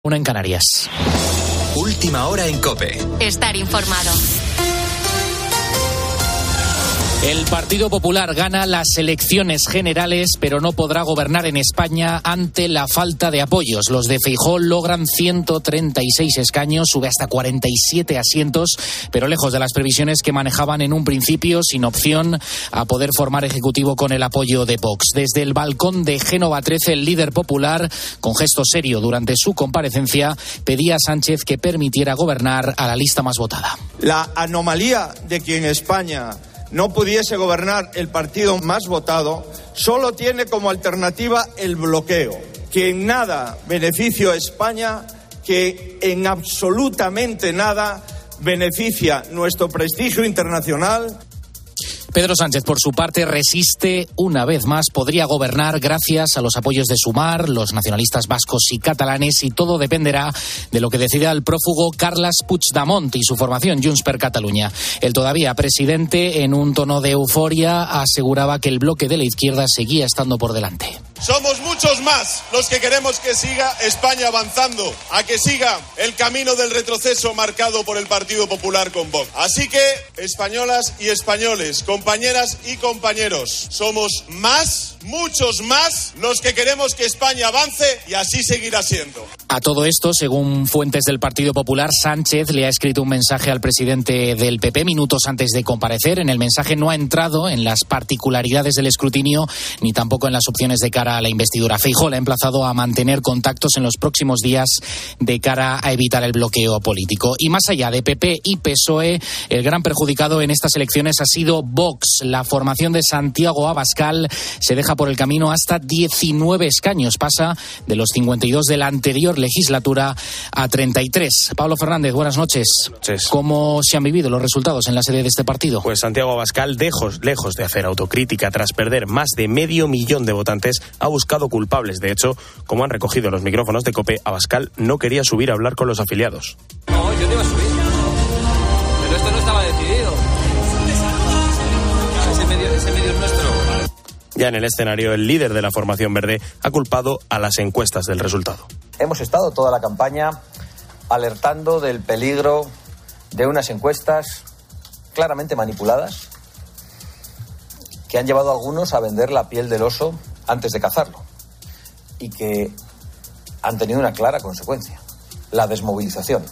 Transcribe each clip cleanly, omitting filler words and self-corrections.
1 en Canarias. Última hora en COPE. Estar informado. El Partido Popular gana las elecciones generales, pero no podrá gobernar en España ante la falta de apoyos. Los de Feijóo logran 136 escaños, sube hasta 47 asientos, pero lejos de las previsiones que manejaban en un principio, sin opción a poder formar ejecutivo con el apoyo de Vox. Desde el balcón de Génova 13, el líder popular, con gesto serio durante su comparecencia, pedía a Sánchez que permitiera gobernar a la lista más votada. La anomalía de que en España no pudiese gobernar el partido más votado solo tiene como alternativa el bloqueo, que en nada beneficia a España, que en absolutamente nada beneficia nuestro prestigio internacional. Pedro Sánchez, por su parte, resiste una vez más. Podría gobernar gracias a los apoyos de Sumar, los nacionalistas vascos y catalanes, y todo dependerá de lo que decida el prófugo Carles Puigdemont y su formación Junts per Catalunya. El todavía presidente, en un tono de euforia, aseguraba que el bloque de la izquierda seguía estando por delante. Somos muchos más los que queremos que siga España avanzando, a que siga el camino del retroceso marcado por el Partido Popular con Vox. Así que, españolas y españoles, compañeras y compañeros, somos más, muchos más, los que queremos que España avance, y así seguirá siendo. A todo esto, según fuentes del Partido Popular, Sánchez le ha escrito un mensaje al presidente del PP minutos antes de comparecer. En el mensaje no ha entrado en las particularidades del escrutinio ni tampoco en las opciones de cara a la investidura. Feijóo le ha emplazado a mantener contactos en los próximos días de cara a evitar el bloqueo político. Y más allá de PP y PSOE, el gran perjudicado en estas elecciones ha sido Vox. La formación de Santiago Abascal se deja por el camino hasta 19 escaños. Pasa de los 52 de la anterior legislatura a 33. Pablo Fernández, buenas noches. Buenas noches. ¿Cómo se han vivido los resultados en la sede de este partido? Pues Santiago Abascal, lejos de hacer autocrítica tras perder más de 500.000 de votantes, ha buscado culpables. De hecho, como han recogido los micrófonos de COPE, Abascal no quería subir a hablar con los afiliados. No, yo no iba a subir. Pero esto no estaba decidido. Ese medio es nuestro. Ya en el escenario, el líder de la formación verde ha culpado a las encuestas del resultado. Hemos estado toda la campaña alertando del peligro de unas encuestas claramente manipuladas que han llevado a algunos a vender la piel del oso antes de cazarlo y que han tenido una clara consecuencia: la desmovilización.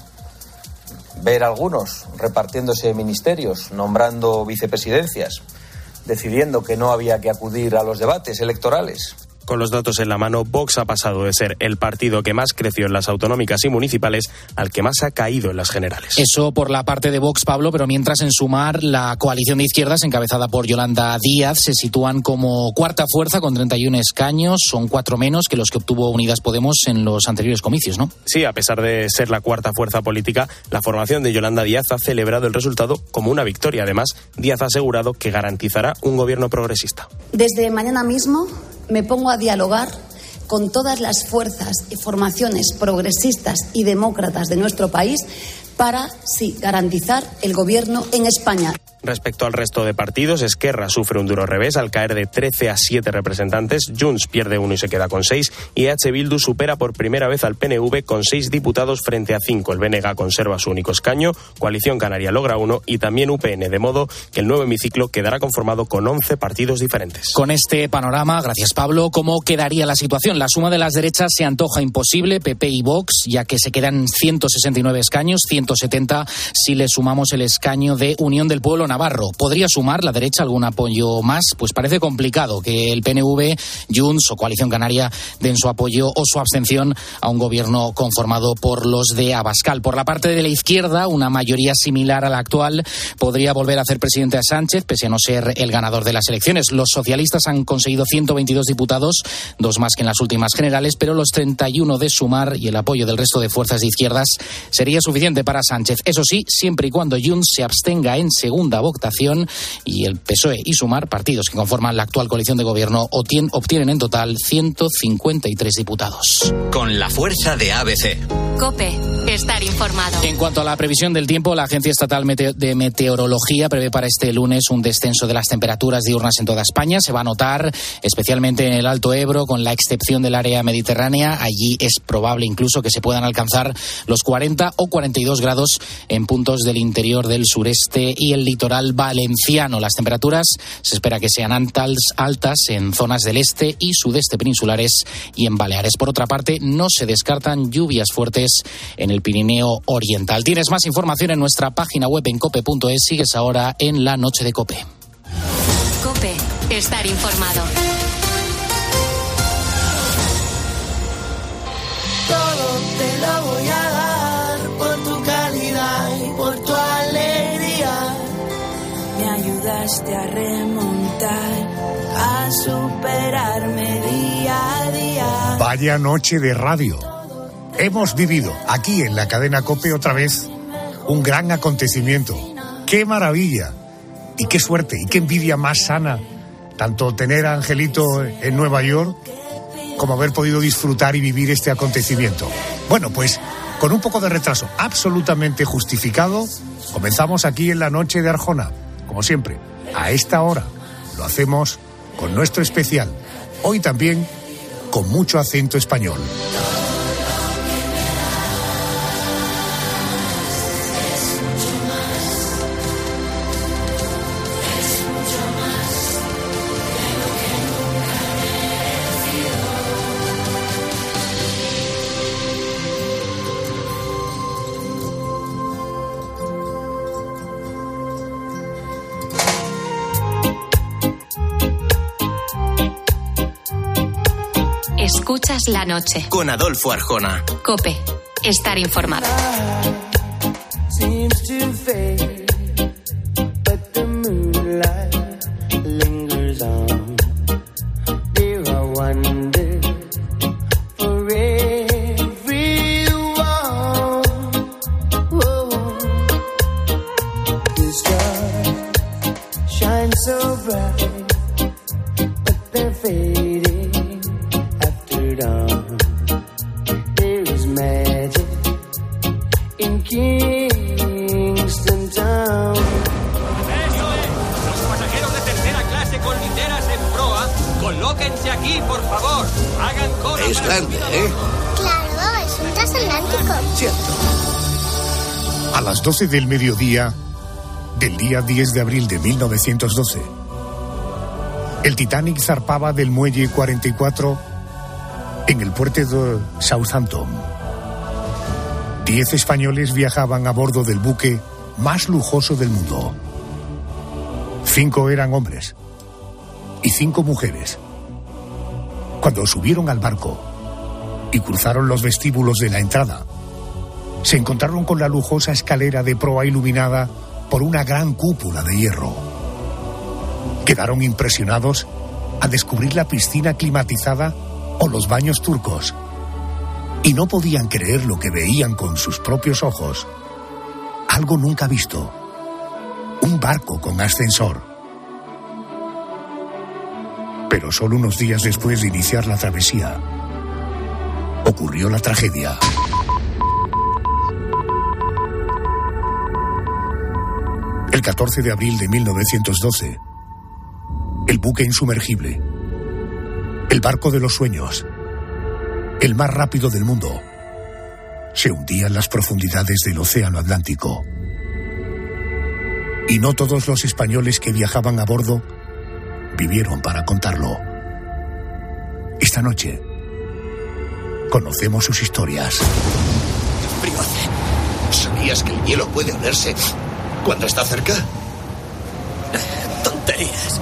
Ver a algunos repartiéndose ministerios, nombrando vicepresidencias, decidiendo que no había que acudir a los debates electorales. Con los datos en la mano, Vox ha pasado de ser el partido que más creció en las autonómicas y municipales al que más ha caído en las generales. Eso por la parte de Vox, Pablo, pero mientras en Sumar, la coalición de izquierdas encabezada por Yolanda Díaz se sitúan como cuarta fuerza con 31 escaños, son 4 menos que los que obtuvo Unidas Podemos en los anteriores comicios, ¿no? Sí, a pesar de ser la cuarta fuerza política, la formación de Yolanda Díaz ha celebrado el resultado como una victoria. Además, Díaz ha asegurado que garantizará un gobierno progresista. Desde mañana mismo me pongo a dialogar con todas las fuerzas y formaciones progresistas y demócratas de nuestro país para, sí, garantizar el gobierno en España. Respecto al resto de partidos, Esquerra sufre un duro revés al caer de 13 a 7 representantes, Junts pierde 1 y se queda con 6, y EH Bildu supera por primera vez al PNV con 6 diputados frente a 5. El BNG conserva su único escaño, Coalición Canaria logra 1 y también UPN, de modo que el nuevo hemiciclo quedará conformado con 11 partidos diferentes. Con este panorama, gracias Pablo, ¿cómo quedaría la situación? La suma de las derechas se antoja imposible, PP y Vox, ya que se quedan 169 escaños, 170 si le sumamos el escaño de Unión del Pueblo Navarro. ¿Podría sumar la derecha algún apoyo más? Pues parece complicado que el PNV, Junts o Coalición Canaria den su apoyo o su abstención a un gobierno conformado por los de Abascal. Por la parte de la izquierda, una mayoría similar a la actual podría volver a hacer presidente a Sánchez, pese a no ser el ganador de las elecciones. Los socialistas han conseguido 122 diputados, 2 más que en las últimas generales, pero los 31 de Sumar y el apoyo del resto de fuerzas de izquierdas sería suficiente para Sánchez. Eso sí, siempre y cuando Junts se abstenga en segunda votación y el PSOE y Sumar, partidos que conforman la actual coalición de gobierno, obtienen en total 153 diputados. Con la fuerza de ABC. COPE, estar informado. En cuanto a la previsión del tiempo, la Agencia Estatal de Meteorología prevé para este lunes un descenso de las temperaturas diurnas en toda España. Se va a notar especialmente en el Alto Ebro, con la excepción del área mediterránea. Allí es probable incluso que se puedan alcanzar los 40 o 42 grados en puntos del interior del sureste y el litoral valenciano. Las temperaturas se espera que sean altas en zonas del este y sudeste peninsulares y en Baleares. Por otra parte, no se descartan lluvias fuertes en el Pirineo Oriental. Tienes más información en nuestra página web en cope.es. Sigues ahora en La Noche de Cope. Cope, estar informado. Todo te lo voy a dar por tu calidad y por tu alegría. Me ayudaste a remontar, a superarme día a día. Vaya noche de radio. Hemos vivido aquí en la cadena COPE otra vez un gran acontecimiento. ¡Qué maravilla! Y qué suerte y qué envidia más sana, tanto tener a Angelito en Nueva York como haber podido disfrutar y vivir este acontecimiento. Bueno, pues con un poco de retraso absolutamente justificado, comenzamos aquí en la noche de Arjona. Como siempre, a esta hora lo hacemos con nuestro especial. Hoy también con mucho acento español. Escuchas La Noche con Adolfo Arjona. COPE, estar informado. A las 12 del mediodía del día 10 de abril de 1912, el Titanic zarpaba del muelle 44 en el puerto de Southampton. 10 españoles viajaban a bordo del buque más lujoso del mundo. 5 eran hombres y 5 mujeres. Cuando subieron al barco y cruzaron los vestíbulos de la entrada, se encontraron con la lujosa escalera de proa iluminada por una gran cúpula de hierro. Quedaron impresionados al descubrir la piscina climatizada o los baños turcos, y no podían creer lo que veían con sus propios ojos. Algo nunca visto: un barco con ascensor. Pero solo unos días después de iniciar la travesía, ocurrió la tragedia. El 14 de abril de 1912, el buque insumergible, el barco de los sueños, el más rápido del mundo, se hundía en las profundidades del Océano Atlántico. Y no todos los españoles que viajaban a bordo vivieron para contarlo. Esta noche conocemos sus historias. ¿Qué frío hace? ¿Sabías que el hielo puede olerse cuando está cerca? Tonterías.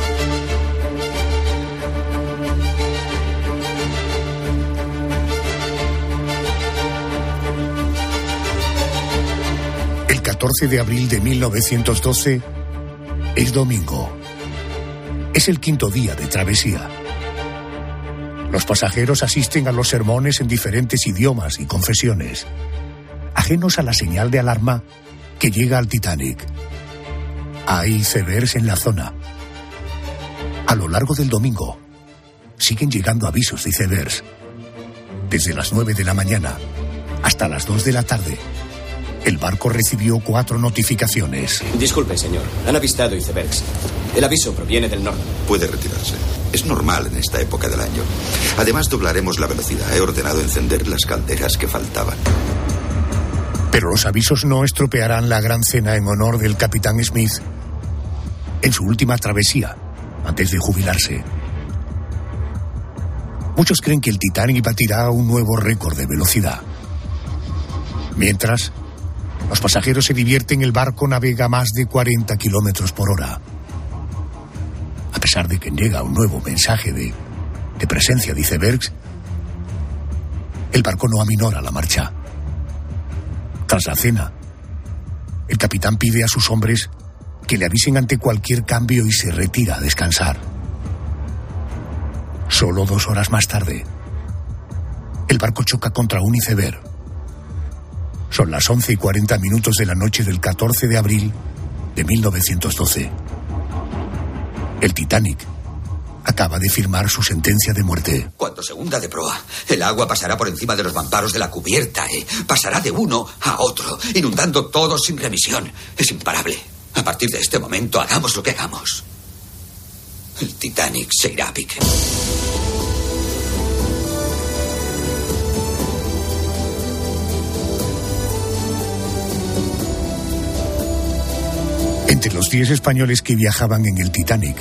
El 14 de abril de 1912 es domingo. Es el quinto día de travesía. Los pasajeros asisten a los sermones en diferentes idiomas y confesiones, ajenos a la señal de alarma que llega al Titanic. Hay icebergs en la zona. A lo largo del domingo siguen llegando avisos de icebergs. Desde las 9 de la mañana Hasta las 2 de la tarde, el barco recibió 4 notificaciones. Disculpe, señor. Han avistado icebergs. El aviso proviene del norte. Puede retirarse. Es normal en esta época del año. Además, doblaremos la velocidad. He ordenado encender las calderas que faltaban. Pero los avisos no estropearán la gran cena en honor del capitán Smith en su última travesía, antes de jubilarse. Muchos creen que el Titanic batirá un nuevo récord de velocidad. Mientras, los pasajeros se divierten, el barco navega a más de 40 kilómetros por hora. A pesar de que llega un nuevo mensaje de presencia de icebergs, el barco no aminora la marcha. Tras la cena, el capitán pide a sus hombres que le avisen ante cualquier cambio y se retira a descansar. Solo 2 horas más tarde, el barco choca contra un iceberg. Son las 11:40 de la noche del 14 de abril de 1912. El Titanic acaba de firmar su sentencia de muerte. Cuando se hunda de proa, el agua pasará por encima de los mamparos de la cubierta, pasará de uno a otro, inundando todo sin remisión. Es imparable. A partir de este momento, hagamos lo que hagamos, el Titanic se irá a pique. Entre los 10 españoles que viajaban en el Titanic,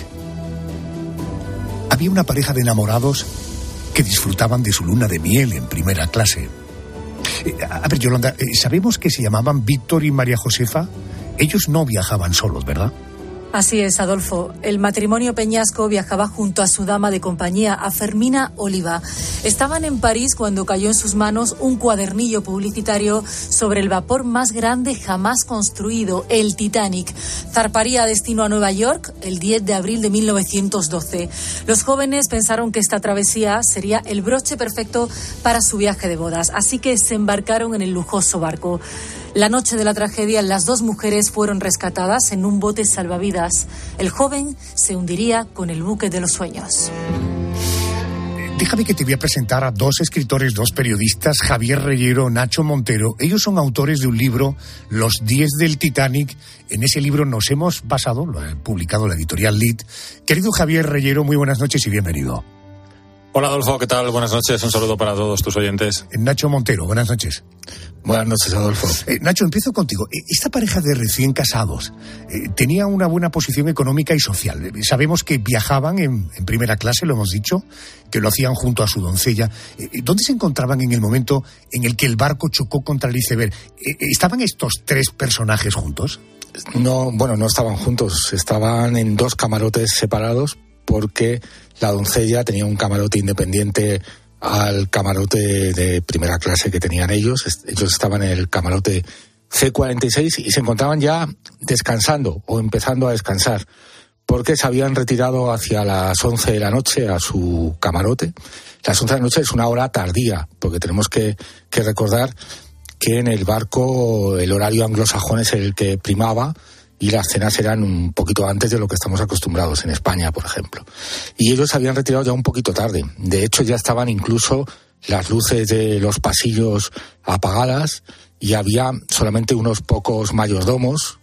había una pareja de enamorados que disfrutaban de su luna de miel en primera clase. A ver, Yolanda, sabemos que se llamaban Víctor y María Josefa. Ellos no viajaban solos, ¿verdad? Así es, Adolfo. El matrimonio Peñasco viajaba junto a su dama de compañía, a Fermina Oliva. Estaban en París cuando cayó en sus manos un cuadernillo publicitario sobre el vapor más grande jamás construido, el Titanic. Zarparía destino a Nueva York el 10 de abril de 1912. Los jóvenes pensaron que esta travesía sería el broche perfecto para su viaje de bodas, así que se embarcaron en el lujoso barco. La noche de la tragedia, las 2 mujeres fueron rescatadas en un bote salvavidas. El joven se hundiría con el buque de los sueños. Déjame que te voy a presentar a 2 escritores, 2 periodistas, Javier Reyero, Nacho Montero. Ellos son autores de un libro, Los 10 del Titanic. En ese libro nos hemos basado, lo ha publicado la editorial Lid. Querido Javier Reyero, muy buenas noches y bienvenido. Hola Adolfo, ¿qué tal? Buenas noches, un saludo para todos tus oyentes. Nacho Montero, buenas noches. Buenas noches, Adolfo. Nacho, empiezo contigo. Esta pareja de recién casados tenía una buena posición económica y social. Sabemos que viajaban en primera clase, lo hemos dicho, que lo hacían junto a su doncella. ¿Dónde se encontraban en el momento en el que el barco chocó contra el iceberg? ¿Estaban estos 3 personajes juntos? No, bueno, no estaban juntos. Estaban en 2 camarotes separados porque la doncella tenía un camarote independiente al camarote de primera clase que tenían ellos. Ellos estaban en el camarote C46 y se encontraban ya descansando o empezando a descansar porque se habían retirado hacia las 11 de la noche a su camarote. Las 11 de la noche es una hora tardía porque tenemos que recordar que en el barco el horario anglosajón es el que primaba y las cenas eran un poquito antes de lo que estamos acostumbrados en España, por ejemplo. Y ellos se habían retirado ya un poquito tarde. De hecho, ya estaban incluso las luces de los pasillos apagadas y había solamente unos pocos mayordomos,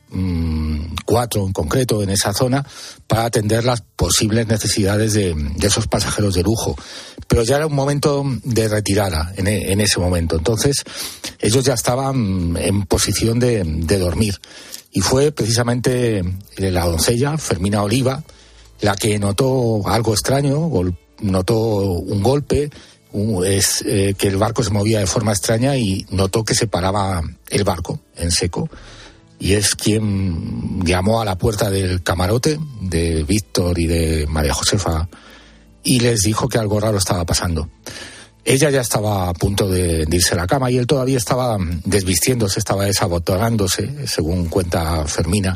4 en concreto en esa zona, para atender las posibles necesidades de esos pasajeros de lujo. Pero ya era un momento de retirada en ese momento. Entonces, ellos ya estaban en posición de dormir. Y fue precisamente la doncella, Fermina Oliva, la que notó algo extraño, notó un golpe, que el barco se movía de forma extraña y notó que se paraba el barco en seco. Y es quien llamó a la puerta del camarote de Víctor y de María Josefa y les dijo que algo raro estaba pasando. Ella ya estaba a punto de irse a la cama y él todavía estaba desvistiéndose, estaba desabotonándose, según cuenta Fermina,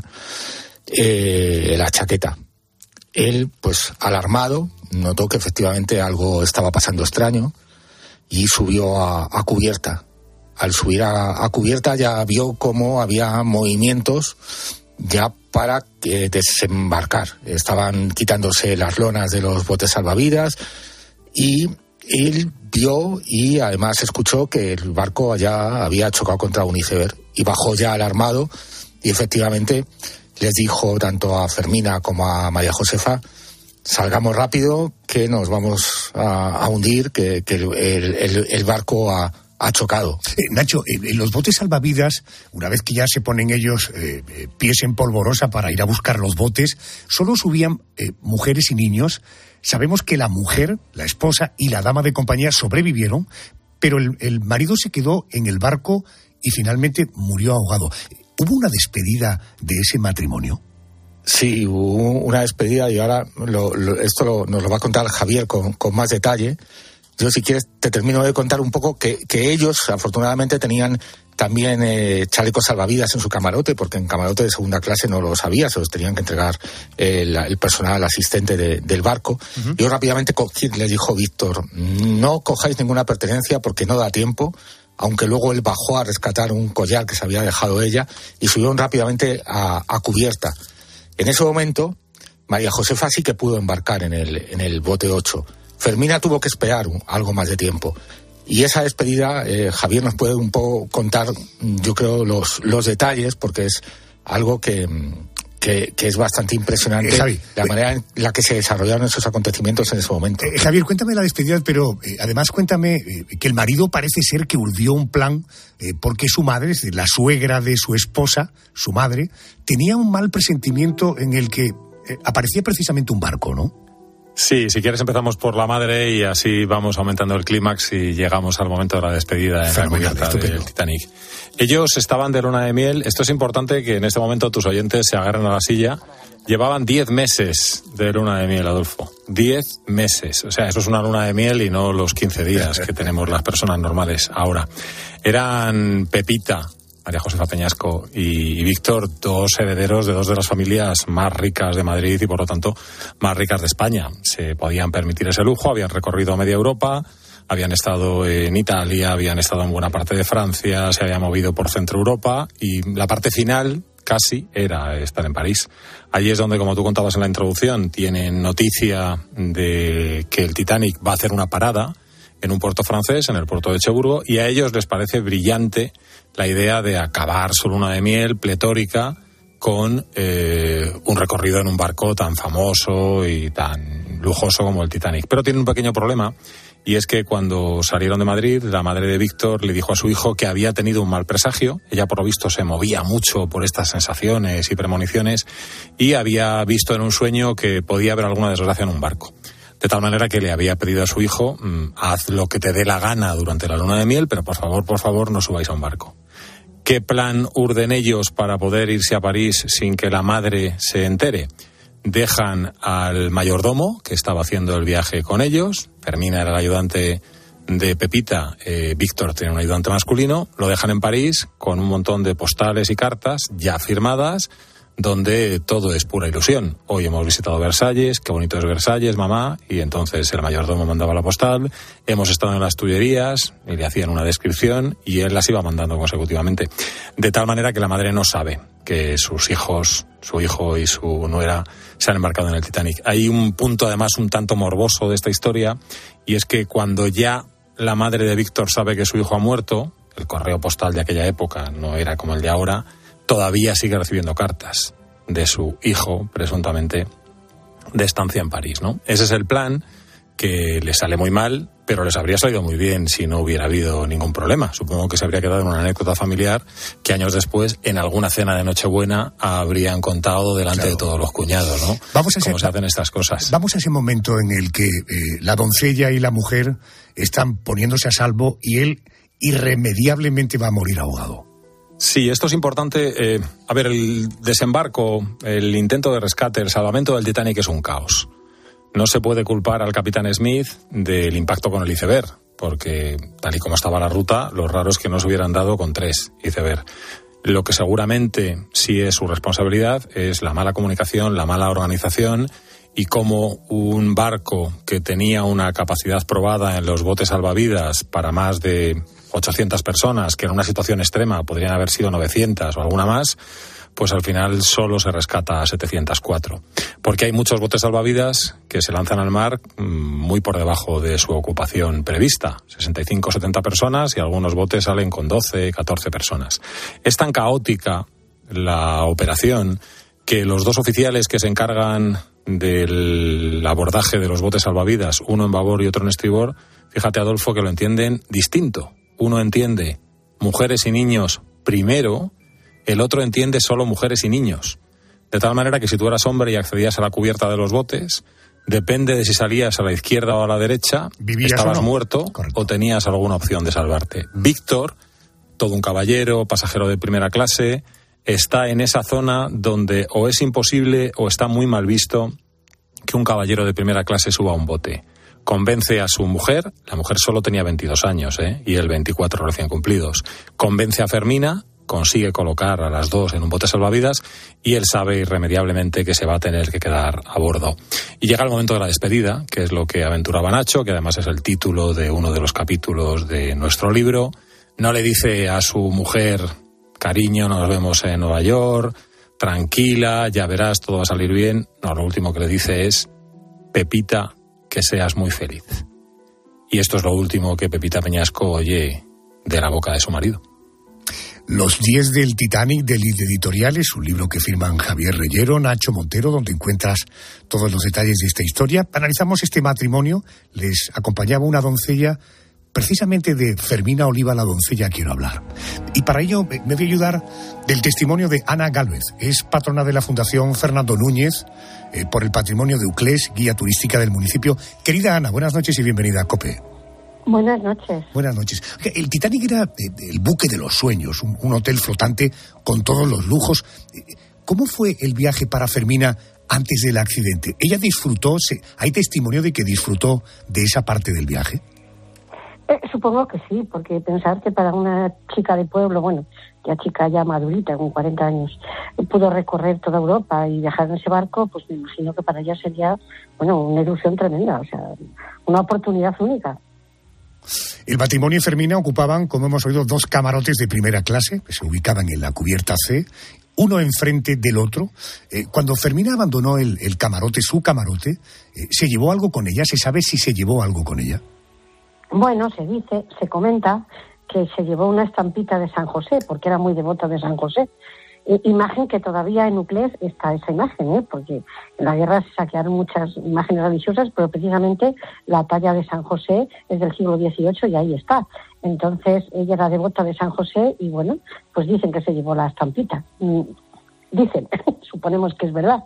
la chaqueta. Él, pues alarmado, notó que efectivamente algo estaba pasando extraño y subió a cubierta. Al subir a cubierta ya vio cómo había movimientos ya para desembarcar. Estaban quitándose las lonas de los botes salvavidas y él vio y además escuchó que el barco ya había chocado contra un iceberg y bajó ya alarmado y efectivamente les dijo tanto a Fermina como a María Josefa: salgamos rápido, que nos vamos a hundir, que el barco ha chocado. Nacho, en los botes salvavidas, una vez que ya se ponen ellos pies en polvorosa para ir a buscar los botes, solo subían mujeres y niños. Sabemos que la mujer, la esposa y la dama de compañía sobrevivieron, pero el marido se quedó en el barco y finalmente murió ahogado. ¿Hubo una despedida de ese matrimonio? Sí, hubo una despedida y ahora esto nos lo va a contar Javier con más detalle. Yo, si quieres, te termino de contar un poco que ellos, afortunadamente, tenían también chalecos salvavidas en su camarote, porque en camarote de segunda clase no los había, se los tenían que entregar el personal asistente del barco. Uh-huh. Yo rápidamente les dijo Víctor: no cojáis ninguna pertenencia porque no da tiempo, aunque luego él bajó a rescatar un collar que se había dejado ella y subieron rápidamente a cubierta. En ese momento, María Josefa sí que pudo embarcar en el bote 8. Fermina tuvo que esperar algo más de tiempo. Y esa despedida, Javier nos puede un poco contar, yo creo, los detalles, porque es algo que es bastante impresionante, Javi, la manera en la que se desarrollaron esos acontecimientos en ese momento. Javier, cuéntame la despedida, pero además cuéntame que el marido parece ser que urdió un plan porque su madre, es decir, la suegra de su esposa, su madre, tenía un mal presentimiento en el que aparecía precisamente un barco, ¿no? Sí, si quieres empezamos por la madre y así vamos aumentando el clímax y llegamos al momento de la despedida en la cubierta del Titanic. Ellos estaban de luna de miel. Esto es importante que en este momento tus oyentes se agarren a la silla. Llevaban 10 meses de luna de miel, Adolfo. 10 meses. O sea, eso es una luna de miel y no los 15 días que tenemos las personas normales ahora. Eran Pepita, María Josefa Peñasco y Víctor, dos herederos de dos de las familias más ricas de Madrid y por lo tanto más ricas de España. Se podían permitir ese lujo, habían recorrido media Europa, habían estado en Italia, habían estado en buena parte de Francia, se habían movido por Centro Europa y la parte final casi era estar en París. Allí es donde, como tú contabas en la introducción, tienen noticia de que el Titanic va a hacer una parada en un puerto francés, en el puerto de Cherbourg, y a ellos les parece brillante la idea de acabar su luna de miel pletórica con un recorrido en un barco tan famoso y tan lujoso como el Titanic. Pero tiene un pequeño problema, y es que cuando salieron de Madrid, la madre de Víctor le dijo a su hijo que había tenido un mal presagio. Ella, por lo visto, se movía mucho por estas sensaciones y premoniciones y había visto en un sueño que podía haber alguna desgracia en un barco. De tal manera que le había pedido a su hijo: haz lo que te dé la gana durante la luna de miel, pero por favor, no subáis a un barco. ¿Qué plan urden ellos para poder irse a París sin que la madre se entere? Dejan al mayordomo, que estaba haciendo el viaje con ellos. Fermina era el ayudante de Pepita, Víctor tenía un ayudante masculino. Lo dejan en París con un montón de postales y cartas ya firmadas, donde todo es pura ilusión. Hoy hemos visitado Versalles, qué bonito es Versalles, mamá, y entonces el mayordomo mandaba la postal. Hemos estado en las Tullerías y le hacían una descripción y él las iba mandando consecutivamente. De tal manera que la madre no sabe que sus hijos, su hijo y su nuera, se han embarcado en el Titanic. Hay un punto además un tanto morboso de esta historia, y es que cuando ya la madre de Víctor sabe que su hijo ha muerto, el correo postal de aquella época no era como el de ahora, todavía sigue recibiendo cartas de su hijo, presuntamente, de estancia en París, ¿no? Ese es el plan, que les sale muy mal, pero les habría salido muy bien si no hubiera habido ningún problema. Supongo que se habría quedado en una anécdota familiar que años después, en alguna cena de Nochebuena, habrían contado delante de todos los cuñados, ¿no? ¿Cómo se hacen estas cosas? Vamos a ese momento en el que la doncella y la mujer están poniéndose a salvo y él irremediablemente va a morir ahogado. Sí, esto es importante. A ver, el desembarco, el intento de rescate, el salvamento del Titanic es un caos. No se puede culpar al capitán Smith del impacto con el iceberg, porque tal y como estaba la ruta, lo raro es que no se hubieran dado con 3 iceberg. Lo que seguramente sí es su responsabilidad es la mala comunicación, la mala organización, y cómo un barco que tenía una capacidad probada en los botes salvavidas para más de 800 personas, que en una situación extrema podrían haber sido 900 o alguna más, pues al final solo se rescata a 704. Porque hay muchos botes salvavidas que se lanzan al mar muy por debajo de su ocupación prevista. 65 o 70 personas y algunos botes salen con 12, 14 personas. Es tan caótica la operación que los dos oficiales que se encargan del abordaje de los botes salvavidas, uno en babor y otro en estribor, fíjate, Adolfo, que lo entienden distinto. Uno entiende mujeres y niños primero, el otro entiende solo mujeres y niños. De tal manera que si tú eras hombre y accedías a la cubierta de los botes, depende de si salías a la izquierda o a la derecha, estabas muerto. Correcto. O tenías alguna opción de salvarte. Víctor, todo un caballero, pasajero de primera clase, está en esa zona donde o es imposible o está muy mal visto que un caballero de primera clase suba a un bote. Convence a su mujer, la mujer solo tenía 22 años, y él 24 recién cumplidos. Convence a Fermina, consigue colocar a las dos en un bote salvavidas y él sabe irremediablemente que se va a tener que quedar a bordo. Y llega el momento de la despedida, que es lo que aventuraba Nacho, que además es el título de uno de los capítulos de nuestro libro. No le dice a su mujer: cariño, nos vemos en Nueva York, tranquila, ya verás, todo va a salir bien. No, lo último que le dice es: Pepita, que seas muy feliz. Y esto es lo último que Pepita Peñasco oye de la boca de su marido. Los 10 del Titanic, de Lid Editorial, es un libro que firman Javier Reyero, Nacho Montero, donde encuentras todos los detalles de esta historia. Analizamos este matrimonio, les acompañaba una doncella. Precisamente de Fermina Oliva, la doncella, quiero hablar. Y para ello me voy a ayudar del testimonio de Ana Gálvez. Es patrona de la Fundación Fernando Núñez por el patrimonio de Uclés, guía turística del municipio. Querida Ana, buenas noches y bienvenida a COPE. Buenas noches. Buenas noches. El Titanic era el buque de los sueños, un hotel flotante con todos los lujos. ¿Cómo fue el viaje para Fermina antes del accidente? ¿Ella disfrutó? ¿Hay testimonio de que disfrutó de esa parte del viaje? Supongo que sí, porque pensar que para una chica de pueblo, bueno, ya chica ya madurita, con 40 años, pudo recorrer toda Europa y viajar en ese barco, pues me imagino que para ella sería, bueno, una ilusión tremenda, o sea, una oportunidad única. El matrimonio y Fermina ocupaban, como hemos oído, 2 camarotes de primera clase, que se ubicaban en la cubierta C, uno enfrente del otro. Cuando Fermina abandonó el camarote, su camarote, ¿se llevó algo con ella? ¿Se sabe si se llevó algo con ella? Bueno, se comenta que se llevó una estampita de San José, porque era muy devota de San José. Imagen que todavía en Uclés está esa imagen, porque en la guerra se saquearon muchas imágenes religiosas, pero precisamente la talla de San José es del siglo XVIII y ahí está. Entonces ella era devota de San José y bueno, pues dicen que se llevó la estampita. Dicen, suponemos que es verdad.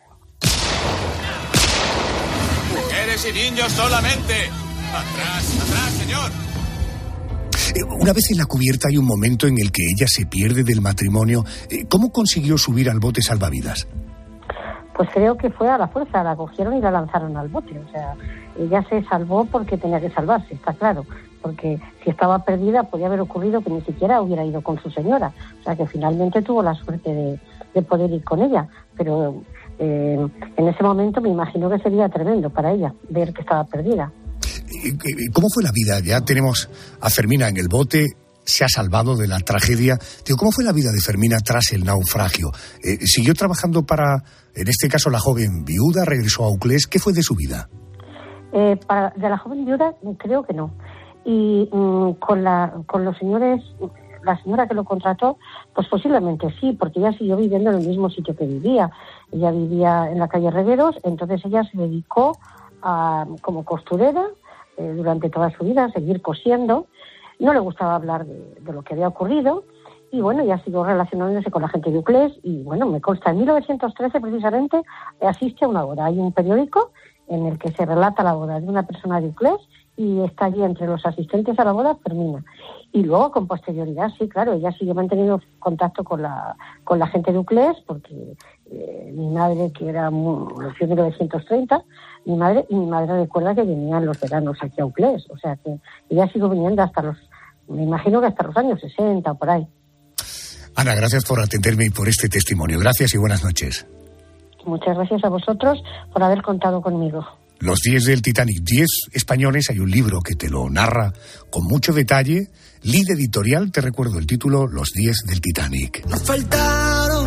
Mujeres y niños solamente. ¡Atrás, atrás, señor! Una vez en la cubierta hay un momento en el que ella se pierde del matrimonio. ¿Cómo consiguió subir al bote salvavidas? Pues creo que fue a la fuerza, la cogieron y la lanzaron al bote. O sea, ella se salvó porque tenía que salvarse, está claro. Porque si estaba perdida podía haber ocurrido que ni siquiera hubiera ido con su señora. O sea, que finalmente tuvo la suerte de poder ir con ella. Pero en ese momento me imagino que sería tremendo para ella ver que estaba perdida. ¿Cómo fue la vida? Ya tenemos a Fermina en el bote, se ha salvado de la tragedia. ¿Cómo fue la vida de Fermina tras el naufragio? ¿Siguió trabajando para, en este caso, la joven viuda? ¿Regresó a Uclés? ¿Qué fue de su vida? De la joven viuda creo que no. Y con los señores, la señora que lo contrató, pues posiblemente sí, porque ella siguió viviendo en el mismo sitio que vivía. Ella vivía en la calle Regueros, entonces ella se dedicó como costurera durante toda su vida, a seguir cosiendo. No le gustaba hablar de lo que había ocurrido y bueno, ya siguió relacionándose con la gente de Uclés y bueno, me consta, en 1913 precisamente asiste a una boda. Hay un periódico en el que se relata la boda de una persona de Uclés y está allí entre los asistentes a la boda Fermina. Y luego, con posterioridad, sí, claro, ella siguió manteniendo contacto con la gente de Uclés, porque mi madre, que nació en 1930, mi madre recuerda que venían los veranos aquí a Uclés, o sea que ella siguió viniendo me imagino que hasta los años 60 o por ahí. Ana, gracias por atenderme y por este testimonio. Gracias y buenas noches. Muchas gracias a vosotros por haber contado conmigo. Los 10 del Titanic, 10 españoles, hay un libro que te lo narra con mucho detalle. Lid Editorial, te recuerdo el título, Los 10 del Titanic. Nos faltaron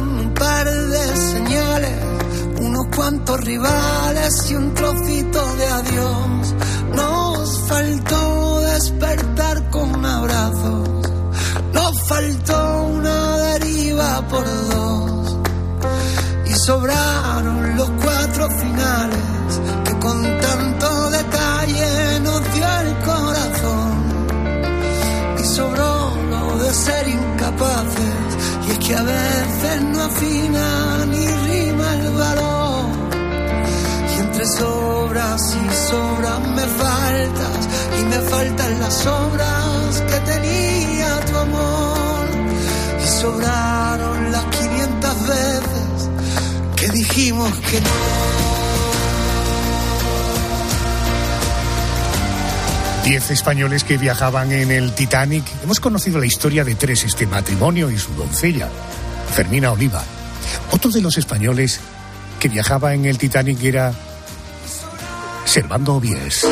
par de señales, unos cuantos rivales y un trocito de adiós. Nos faltó despertar con abrazos, nos faltó una deriva por dos, y sobraron los 4 finales que con tanto detalle nos dio el corazón. Y sobró lo de ser incapaces, y es que a veces no afina ni rima el valor. Y entre sobras y sobras me faltas, y me faltan las sobras que tenía tu amor. Y sobraron las 500 veces que dijimos que no. 10 españoles que viajaban en el Titanic. Hemos conocido la historia de 3, este matrimonio y su doncella, Fermina Oliva. Otro de los españoles que viajaba en el Titanic era Servando Obies.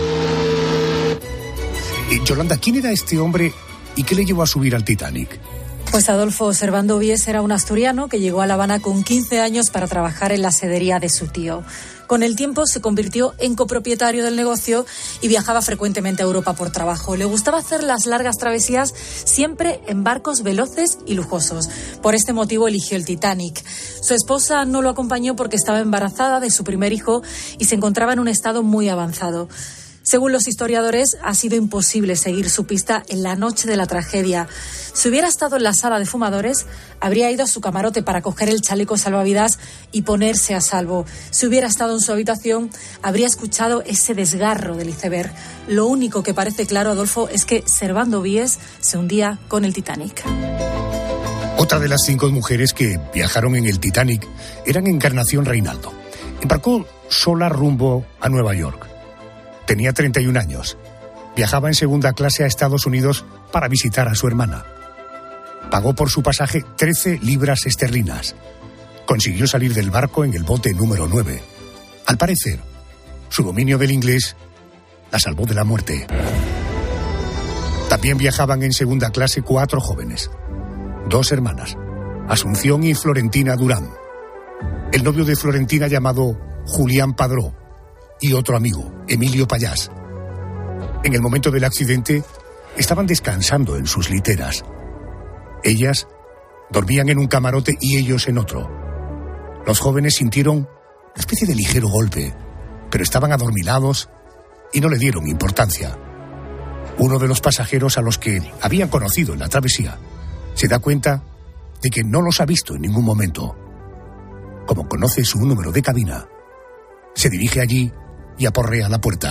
Yolanda, ¿quién era este hombre y qué le llevó a subir al Titanic? Pues Adolfo Servando Obies era un asturiano que llegó a La Habana con 15 años para trabajar en la sedería de su tío. Con el tiempo se convirtió en copropietario del negocio y viajaba frecuentemente a Europa por trabajo. Le gustaba hacer las largas travesías siempre en barcos veloces y lujosos. Por este motivo eligió el Titanic. Su esposa no lo acompañó porque estaba embarazada de su primer hijo y se encontraba en un estado muy avanzado. Según los historiadores, ha sido imposible seguir su pista en la noche de la tragedia. Si hubiera estado en la sala de fumadores, habría ido a su camarote para coger el chaleco salvavidas y ponerse a salvo. Si hubiera estado en su habitación, habría escuchado ese desgarro del iceberg. Lo único que parece claro, Adolfo, es que Servando Obies se hundía con el Titanic. Otra de las 5 mujeres que viajaron en el Titanic eran Encarnación Reinaldo. Embarcó sola rumbo a Nueva York. Tenía 31 años. Viajaba en segunda clase a Estados Unidos para visitar a su hermana. Pagó por su pasaje 13 libras esterlinas. Consiguió salir del barco en el bote número 9. Al parecer, su dominio del inglés la salvó de la muerte. También viajaban en segunda clase 4 jóvenes. 2 hermanas, Asunción y Florentina Durán. El novio de Florentina llamado Julián Padró. Y otro amigo, Emilio Payás. En el momento del accidente, estaban descansando en sus literas. Ellas dormían en un camarote y ellos en otro. Los jóvenes sintieron una especie de ligero golpe, pero estaban adormilados y no le dieron importancia. Uno de los pasajeros a los que habían conocido en la travesía se da cuenta de que no los ha visto en ningún momento. Como conoce su número de cabina, se dirige allí y aporrea la puerta.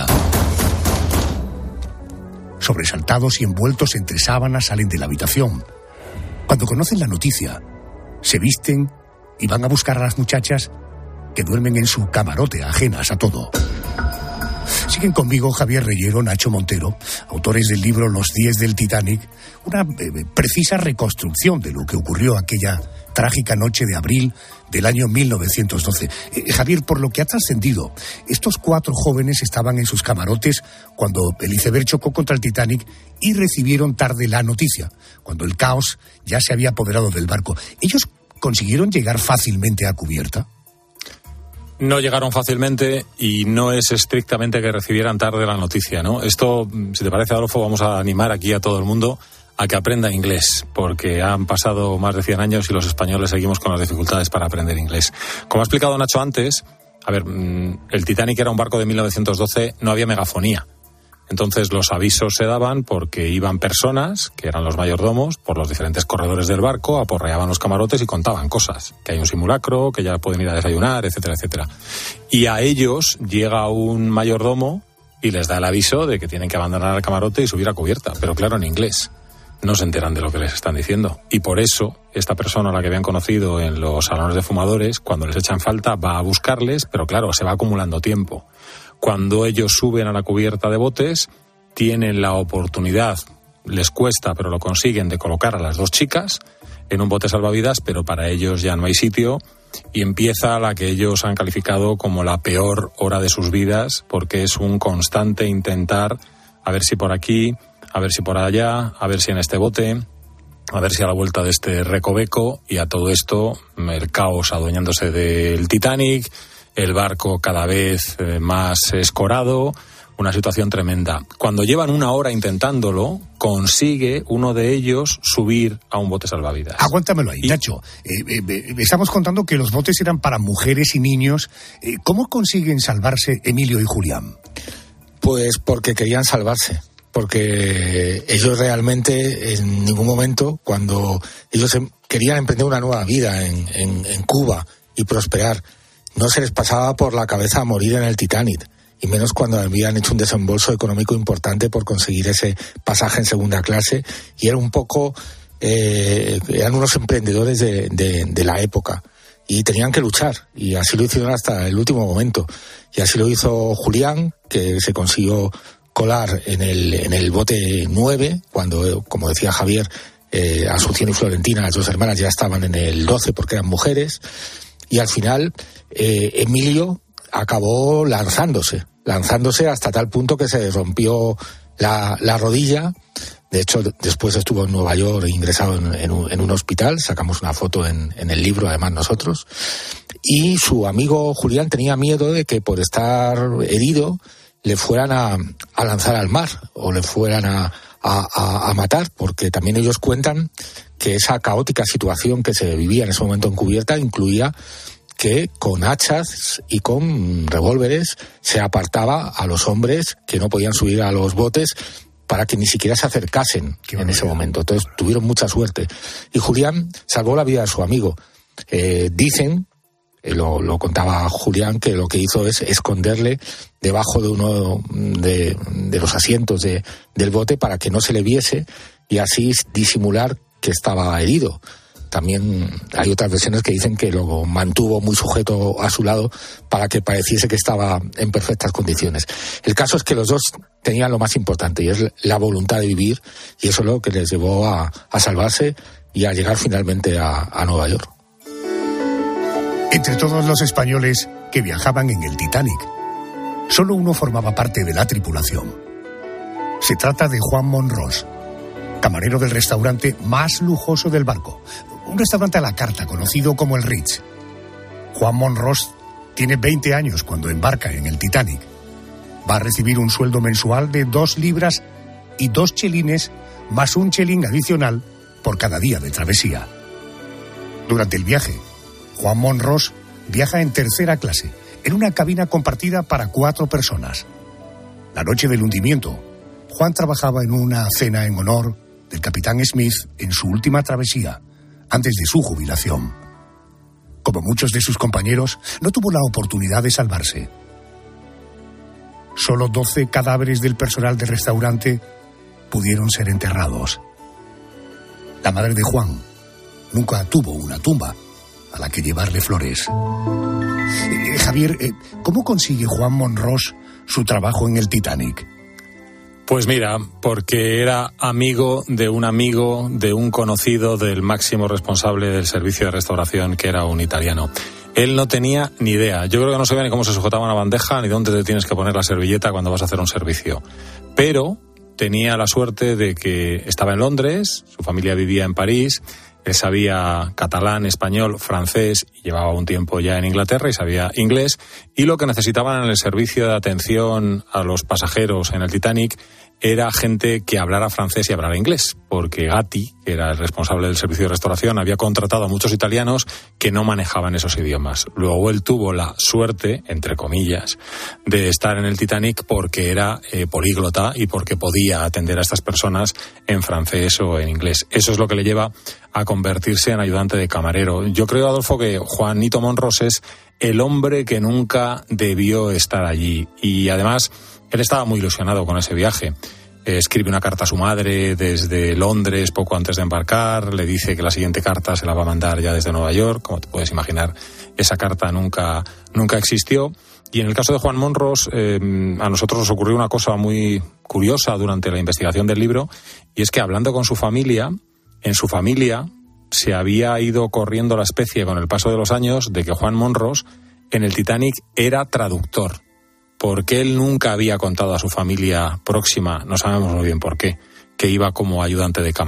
Sobresaltados y envueltos entre sábanas salen de la habitación. Cuando conocen la noticia, se visten y van a buscar a las muchachas que duermen en su camarote, ajenas a todo. Siguen conmigo Javier Reyero, Nacho Montero, autores del libro Los 10 del Titanic, una precisa reconstrucción de lo que ocurrió aquella trágica noche de abril del año 1912. Javier, por lo que ha trascendido, estos 4 jóvenes estaban en sus camarotes cuando el iceberg chocó contra el Titanic y recibieron tarde la noticia, cuando el caos ya se había apoderado del barco. ¿Ellos consiguieron llegar fácilmente a cubierta? No llegaron fácilmente y no es estrictamente que recibieran tarde la noticia, ¿no? Esto, si te parece, Adolfo, vamos a animar aquí a todo el mundo a que aprenda inglés, porque han pasado más de 100 años y los españoles seguimos con las dificultades para aprender inglés. Como ha explicado Nacho antes, el Titanic era un barco de 1912, no había megafonía. Entonces los avisos se daban porque iban personas, que eran los mayordomos, por los diferentes corredores del barco, aporreaban los camarotes y contaban cosas, que hay un simulacro, que ya pueden ir a desayunar, etcétera, etcétera. Y a ellos llega un mayordomo y les da el aviso de que tienen que abandonar el camarote y subir a cubierta, pero claro, en inglés. No se enteran de lo que les están diciendo. Y por eso, esta persona a la que habían conocido en los salones de fumadores, cuando les echan falta, va a buscarles, pero claro, se va acumulando tiempo. Cuando ellos suben a la cubierta de botes, tienen la oportunidad, les cuesta, pero lo consiguen, de colocar a las 2 chicas en un bote salvavidas, pero para ellos ya no hay sitio, y empieza la que ellos han calificado como la peor hora de sus vidas, porque es un constante intentar, a ver si por aquí, a ver si por allá, a ver si en este bote. A ver si a la vuelta de este recoveco y a todo esto, el caos adueñándose del Titanic, el barco cada vez más escorado, una situación tremenda. Cuando llevan 1 hora intentándolo, consigue uno de ellos subir a un bote salvavidas. Aguántamelo ahí, Nacho. Estamos contando que los botes eran para mujeres y niños. ¿Cómo consiguen salvarse Emilio y Julián? Pues porque querían salvarse. Porque ellos realmente en ningún momento, cuando ellos querían emprender una nueva vida en Cuba y prosperar, no se les pasaba por la cabeza morir en el Titanic, y menos cuando habían hecho un desembolso económico importante por conseguir ese pasaje en segunda clase, y era un poco, eran unos emprendedores de la época, y tenían que luchar, y así lo hicieron hasta el último momento, y así lo hizo Julián, que se consiguió colar en el bote 9, cuando, como decía Javier, Asunción y Florentina, las 2 hermanas, ya estaban en el 12 porque eran mujeres, y al final Emilio acabó lanzándose hasta tal punto que se rompió la rodilla. De hecho, después estuvo en Nueva York ingresado en un hospital, sacamos una foto en el libro, además nosotros, y su amigo Julián tenía miedo de que por estar herido le fueran a lanzar al mar o le fueran a matar, porque también ellos cuentan que esa caótica situación que se vivía en ese momento en cubierta incluía que con hachas y con revólveres se apartaba a los hombres que no podían subir a los botes para que ni siquiera se acercasen en ese momento. Entonces tuvieron mucha suerte. Y Julián salvó la vida de su amigo. Dicen, lo contaba Julián, que lo que hizo es esconderle debajo de uno de los asientos del bote para que no se le viese y así disimular que estaba herido. También hay otras versiones que dicen que lo mantuvo muy sujeto a su lado para que pareciese que estaba en perfectas condiciones. El caso es que los dos tenían lo más importante, y es la voluntad de vivir, y eso es lo que les llevó a salvarse y a llegar finalmente a Nueva York. Entre todos los españoles que viajaban en el Titanic, solo uno formaba parte de la tripulación. Se trata de Juan Monros, camarero del restaurante más lujoso del barco, un restaurante a la carta conocido como el Ritz. Juan Monros tiene 20 años cuando embarca en el Titanic. Va a recibir un sueldo mensual de 2 libras y 2 chelines, más un chelín adicional por cada día de travesía. Durante el viaje, Juan Monros viaja en tercera clase, en una cabina compartida para 4 personas. La noche del hundimiento, Juan trabajaba en una cena en honor del capitán Smith en su última travesía, antes de su jubilación. Como muchos de sus compañeros, no tuvo la oportunidad de salvarse. Solo 12 cadáveres del personal del restaurante pudieron ser enterrados. La madre de Juan nunca tuvo una tumba a la que llevarle flores. Javier, ¿cómo consigue Juan Monros su trabajo en el Titanic? Pues mira, porque era amigo de un conocido del máximo responsable del servicio de restauración, que era un italiano. Él no tenía ni idea. Yo creo que no sabía ni cómo se sujetaba una bandeja, ni dónde te tienes que poner la servilleta cuando vas a hacer un servicio. Pero tenía la suerte de que estaba en Londres, su familia vivía en París, él sabía catalán, español, francés, y llevaba un tiempo ya en Inglaterra y sabía inglés, y lo que necesitaban en el servicio de atención a los pasajeros en el Titanic era gente que hablara francés y hablara inglés, porque Gatti, que era el responsable del servicio de restauración, había contratado a muchos italianos que no manejaban esos idiomas. Luego él tuvo la suerte, entre comillas, de estar en el Titanic porque era políglota y porque podía atender a estas personas en francés o en inglés. Eso es lo que le lleva a convertirse en ayudante de camarero. Yo creo, Adolfo, que Juanito Monros es el hombre que nunca debió estar allí, y además él estaba muy ilusionado con ese viaje. Escribe una carta a su madre desde Londres poco antes de embarcar, le dice que la siguiente carta se la va a mandar ya desde Nueva York. Como te puedes imaginar, esa carta nunca existió. Y en el caso de Juan Monros, a nosotros nos ocurrió una cosa muy curiosa durante la investigación del libro, y es que hablando con su familia, en su familia se había ido corriendo la especie con el paso de los años de que Juan Monros en el Titanic era traductor, porque él nunca había contado a su familia próxima, no sabemos muy bien por qué, que iba como ayudante de camarero.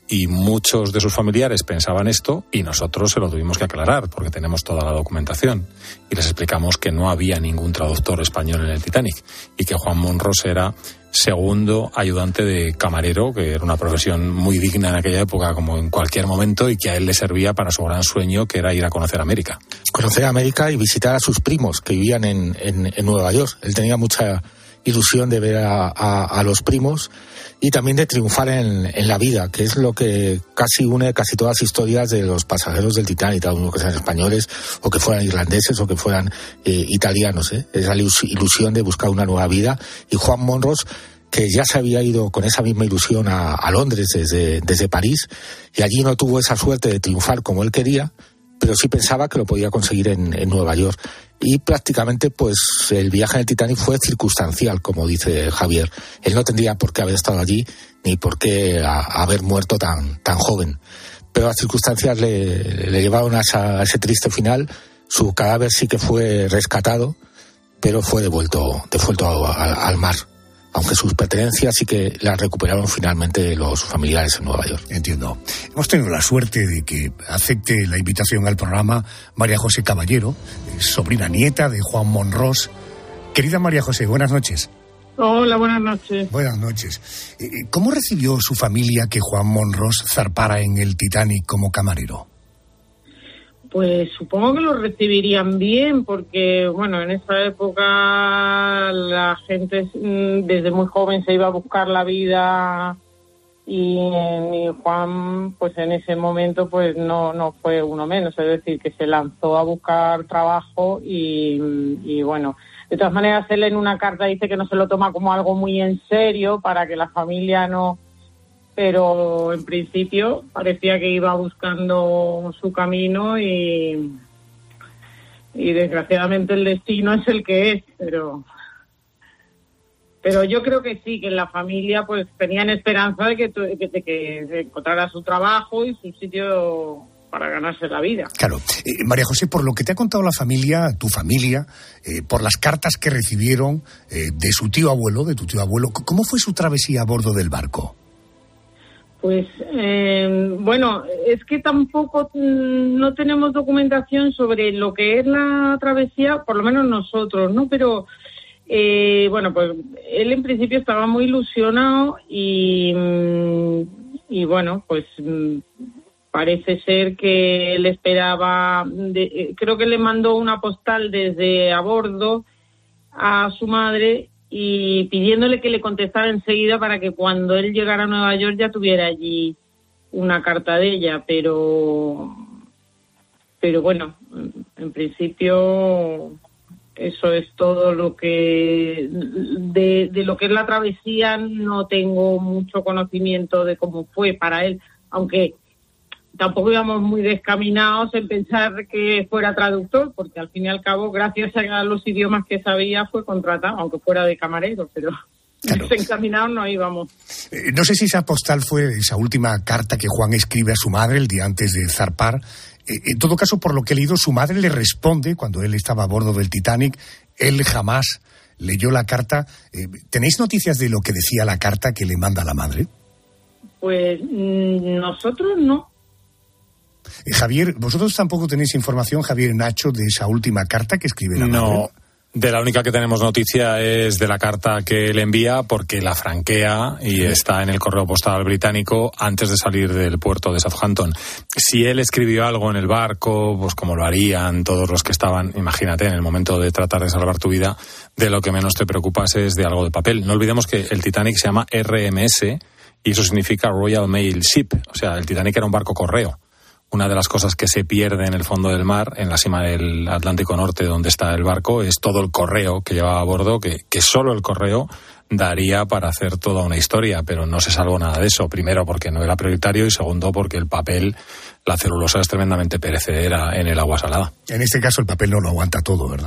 y muchos de sus familiares pensaban esto y nosotros se lo tuvimos que aclarar porque tenemos toda la documentación y les explicamos que no había ningún traductor español en el Titanic y que Juan Monros era segundo ayudante de camarero, que era una profesión muy digna en aquella época como en cualquier momento y que a él le servía para su gran sueño, que era ir a conocer América. Conocer América y visitar a sus primos que vivían en Nueva York. Él tenía mucha ilusión de ver a los primos y también de triunfar en la vida, que es lo que casi une casi todas las historias de los pasajeros del Titanic, cada uno que sean españoles o que fueran irlandeses o que fueran italianos, esa ilusión de buscar una nueva vida. Y Juan Monros, que ya se había ido con esa misma ilusión a Londres desde París, y allí no tuvo esa suerte de triunfar como él quería, pero sí pensaba que lo podía conseguir en Nueva York. Y prácticamente pues el viaje en el Titanic fue circunstancial, como dice Javier. Él no tendría por qué haber estado allí ni por qué haber muerto tan joven. Pero las circunstancias le llevaron a ese triste final. Su cadáver sí que fue rescatado, pero fue devuelto al mar. Aunque sus pertenencias sí que las recuperaron finalmente los familiares en Nueva York. Entiendo. Hemos tenido la suerte de que acepte la invitación al programa María José Caballero, sobrina nieta de Juan Monros. Querida María José, buenas noches. Hola, buenas noches. Buenas noches. ¿Cómo recibió su familia que Juan Monros zarpara en el Titanic como camarero? Pues supongo que lo recibirían bien, porque, bueno, en esa época la gente desde muy joven se iba a buscar la vida y Juan, pues en ese momento, pues no fue uno menos, es decir, que se lanzó a buscar trabajo y bueno, de todas maneras él en una carta dice que no se lo toma como algo muy en serio para que la familia no... Pero en principio parecía que iba buscando su camino y desgraciadamente el destino es el que es, pero yo creo que sí, que en la familia pues tenían esperanza de que encontrara su trabajo y su sitio para ganarse la vida. Claro. María José, por lo que te ha contado la familia, tu familia, por las cartas que recibieron de tu tío abuelo, ¿cómo fue su travesía a bordo del barco? Pues, bueno, es que tampoco no tenemos documentación sobre lo que es la travesía, por lo menos nosotros, ¿no? Pero, bueno, pues él en principio estaba muy ilusionado y bueno, pues parece ser que él esperaba, creo que le mandó una postal desde a bordo a su madre y pidiéndole que le contestara enseguida para que cuando él llegara a Nueva York ya tuviera allí una carta de ella, pero bueno, en principio eso es todo lo que de lo que es la travesía. No tengo mucho conocimiento de cómo fue para él, aunque tampoco íbamos muy descaminados en pensar que fuera traductor, porque al fin y al cabo, gracias a los idiomas que sabía, fue contratado, aunque fuera de camarero, pero claro, desencaminados no íbamos. No sé si esa postal fue esa última carta que Juan escribe a su madre el día antes de zarpar. En todo caso, por lo que he leído, su madre le responde cuando él estaba a bordo del Titanic. Él jamás leyó la carta. ¿Tenéis noticias de lo que decía la carta que le manda la madre? Pues nosotros no. Javier, ¿vosotros tampoco tenéis información, Javier y Nacho, de esa última carta que escribe la madre? No, de la única que tenemos noticia es de la carta que él envía porque la franquea y está en el correo postal británico antes de salir del puerto de Southampton. Si él escribió algo en el barco, pues como lo harían todos los que estaban, imagínate, en el momento de tratar de salvar tu vida, de lo que menos te preocupas es de algo de papel. No olvidemos que el Titanic se llama RMS y eso significa Royal Mail Ship, o sea, el Titanic era un barco correo. Una de las cosas que se pierde en el fondo del mar, en la cima del Atlántico Norte donde está el barco, es todo el correo que llevaba a bordo, que solo el correo daría para hacer toda una historia, pero no se salvó nada de eso. Primero porque no era prioritario y segundo porque el papel, la celulosa es tremendamente perecedera en el agua salada. En este caso el papel no lo aguanta todo, ¿verdad?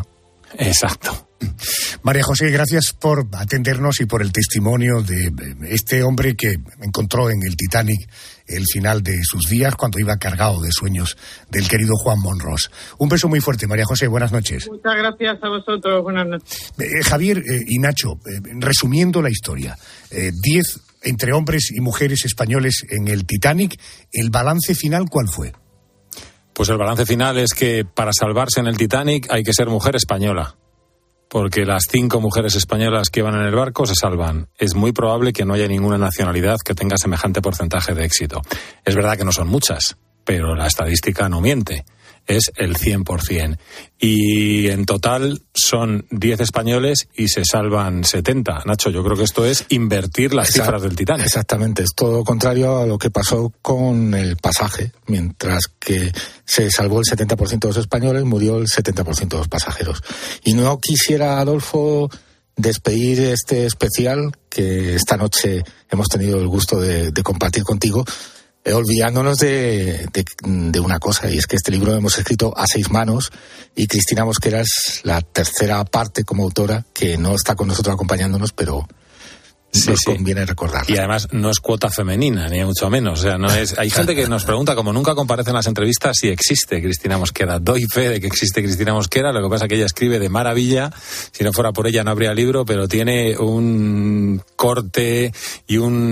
Exacto. María José, gracias por atendernos y por el testimonio de este hombre que encontró en el Titanic el final de sus días cuando iba cargado de sueños del querido Juan Monros. Un beso muy fuerte, María José, buenas noches. Muchas gracias a vosotros, buenas noches. Javier y Nacho, resumiendo la historia, 10 entre hombres y mujeres españoles en el Titanic, ¿el balance final cuál fue? Pues el balance final es que para salvarse en el Titanic hay que ser mujer española. Porque las 5 mujeres españolas que iban en el barco se salvan. Es muy probable que no haya ninguna nacionalidad que tenga semejante porcentaje de éxito. Es verdad que no son muchas, pero la estadística no miente. Es el 100%. Y en total son 10 españoles y se salvan 70. Nacho, yo creo que esto es invertir las cifras del Titanic. Exactamente, es todo contrario a lo que pasó con el pasaje. Mientras que se salvó el 70% de los españoles, murió el 70% de los pasajeros. Y no quisiera, Adolfo, despedir este especial que esta noche hemos tenido el gusto de compartir contigo, olvidándonos de una cosa, y es que este libro lo hemos escrito a 6 manos y Cristina Mosquera es la tercera parte como autora, que no está con nosotros acompañándonos, pero nos conviene recordarla. Y además no es cuota femenina, ni mucho menos. O sea, no es. Hay gente que nos pregunta, como nunca comparece en las entrevistas, si existe Cristina Mosquera. Doy fe de que existe Cristina Mosquera, lo que pasa es que ella escribe de maravilla. Si no fuera por ella no habría libro, pero tiene un corte y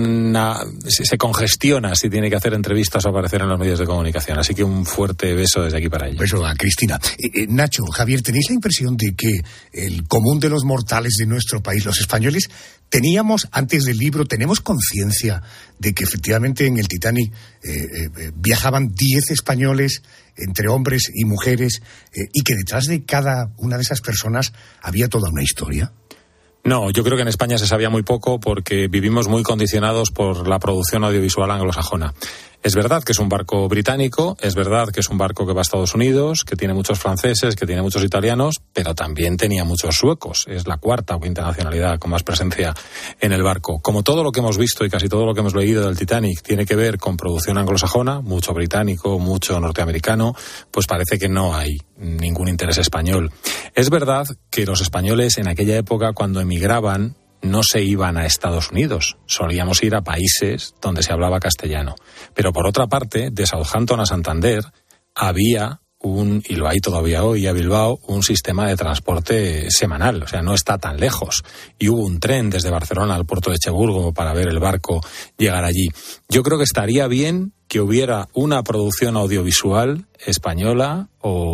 se congestiona si tiene que hacer entrevistas o aparecer en los medios de comunicación. Así que un fuerte beso desde aquí para ella. Beso a Cristina. Nacho, Javier, ¿tenéis la impresión de que el común de los mortales de nuestro país, los españoles, antes del libro, tenemos conciencia de que efectivamente en el Titanic viajaban 10 españoles entre hombres y mujeres y que detrás de cada una de esas personas había toda una historia? No, yo creo que en España se sabía muy poco porque vivimos muy condicionados por la producción audiovisual anglosajona. Es verdad que es un barco británico, es verdad que es un barco que va a Estados Unidos, que tiene muchos franceses, que tiene muchos italianos, pero también tenía muchos suecos. Es la 4ª o 5ª nacionalidad con más presencia en el barco. Como todo lo que hemos visto y casi todo lo que hemos leído del Titanic tiene que ver con producción anglosajona, mucho británico, mucho norteamericano, pues parece que no hay ningún interés español. Es verdad que los españoles en aquella época, cuando emigraban, no se iban a Estados Unidos, solíamos ir a países donde se hablaba castellano. Pero por otra parte, de Southampton a Santander había y lo hay todavía hoy, a Bilbao, un sistema de transporte semanal, o sea, no está tan lejos. Y hubo un tren desde Barcelona al puerto de Cherburgo para ver el barco llegar allí. Yo creo que estaría bien que hubiera una producción audiovisual española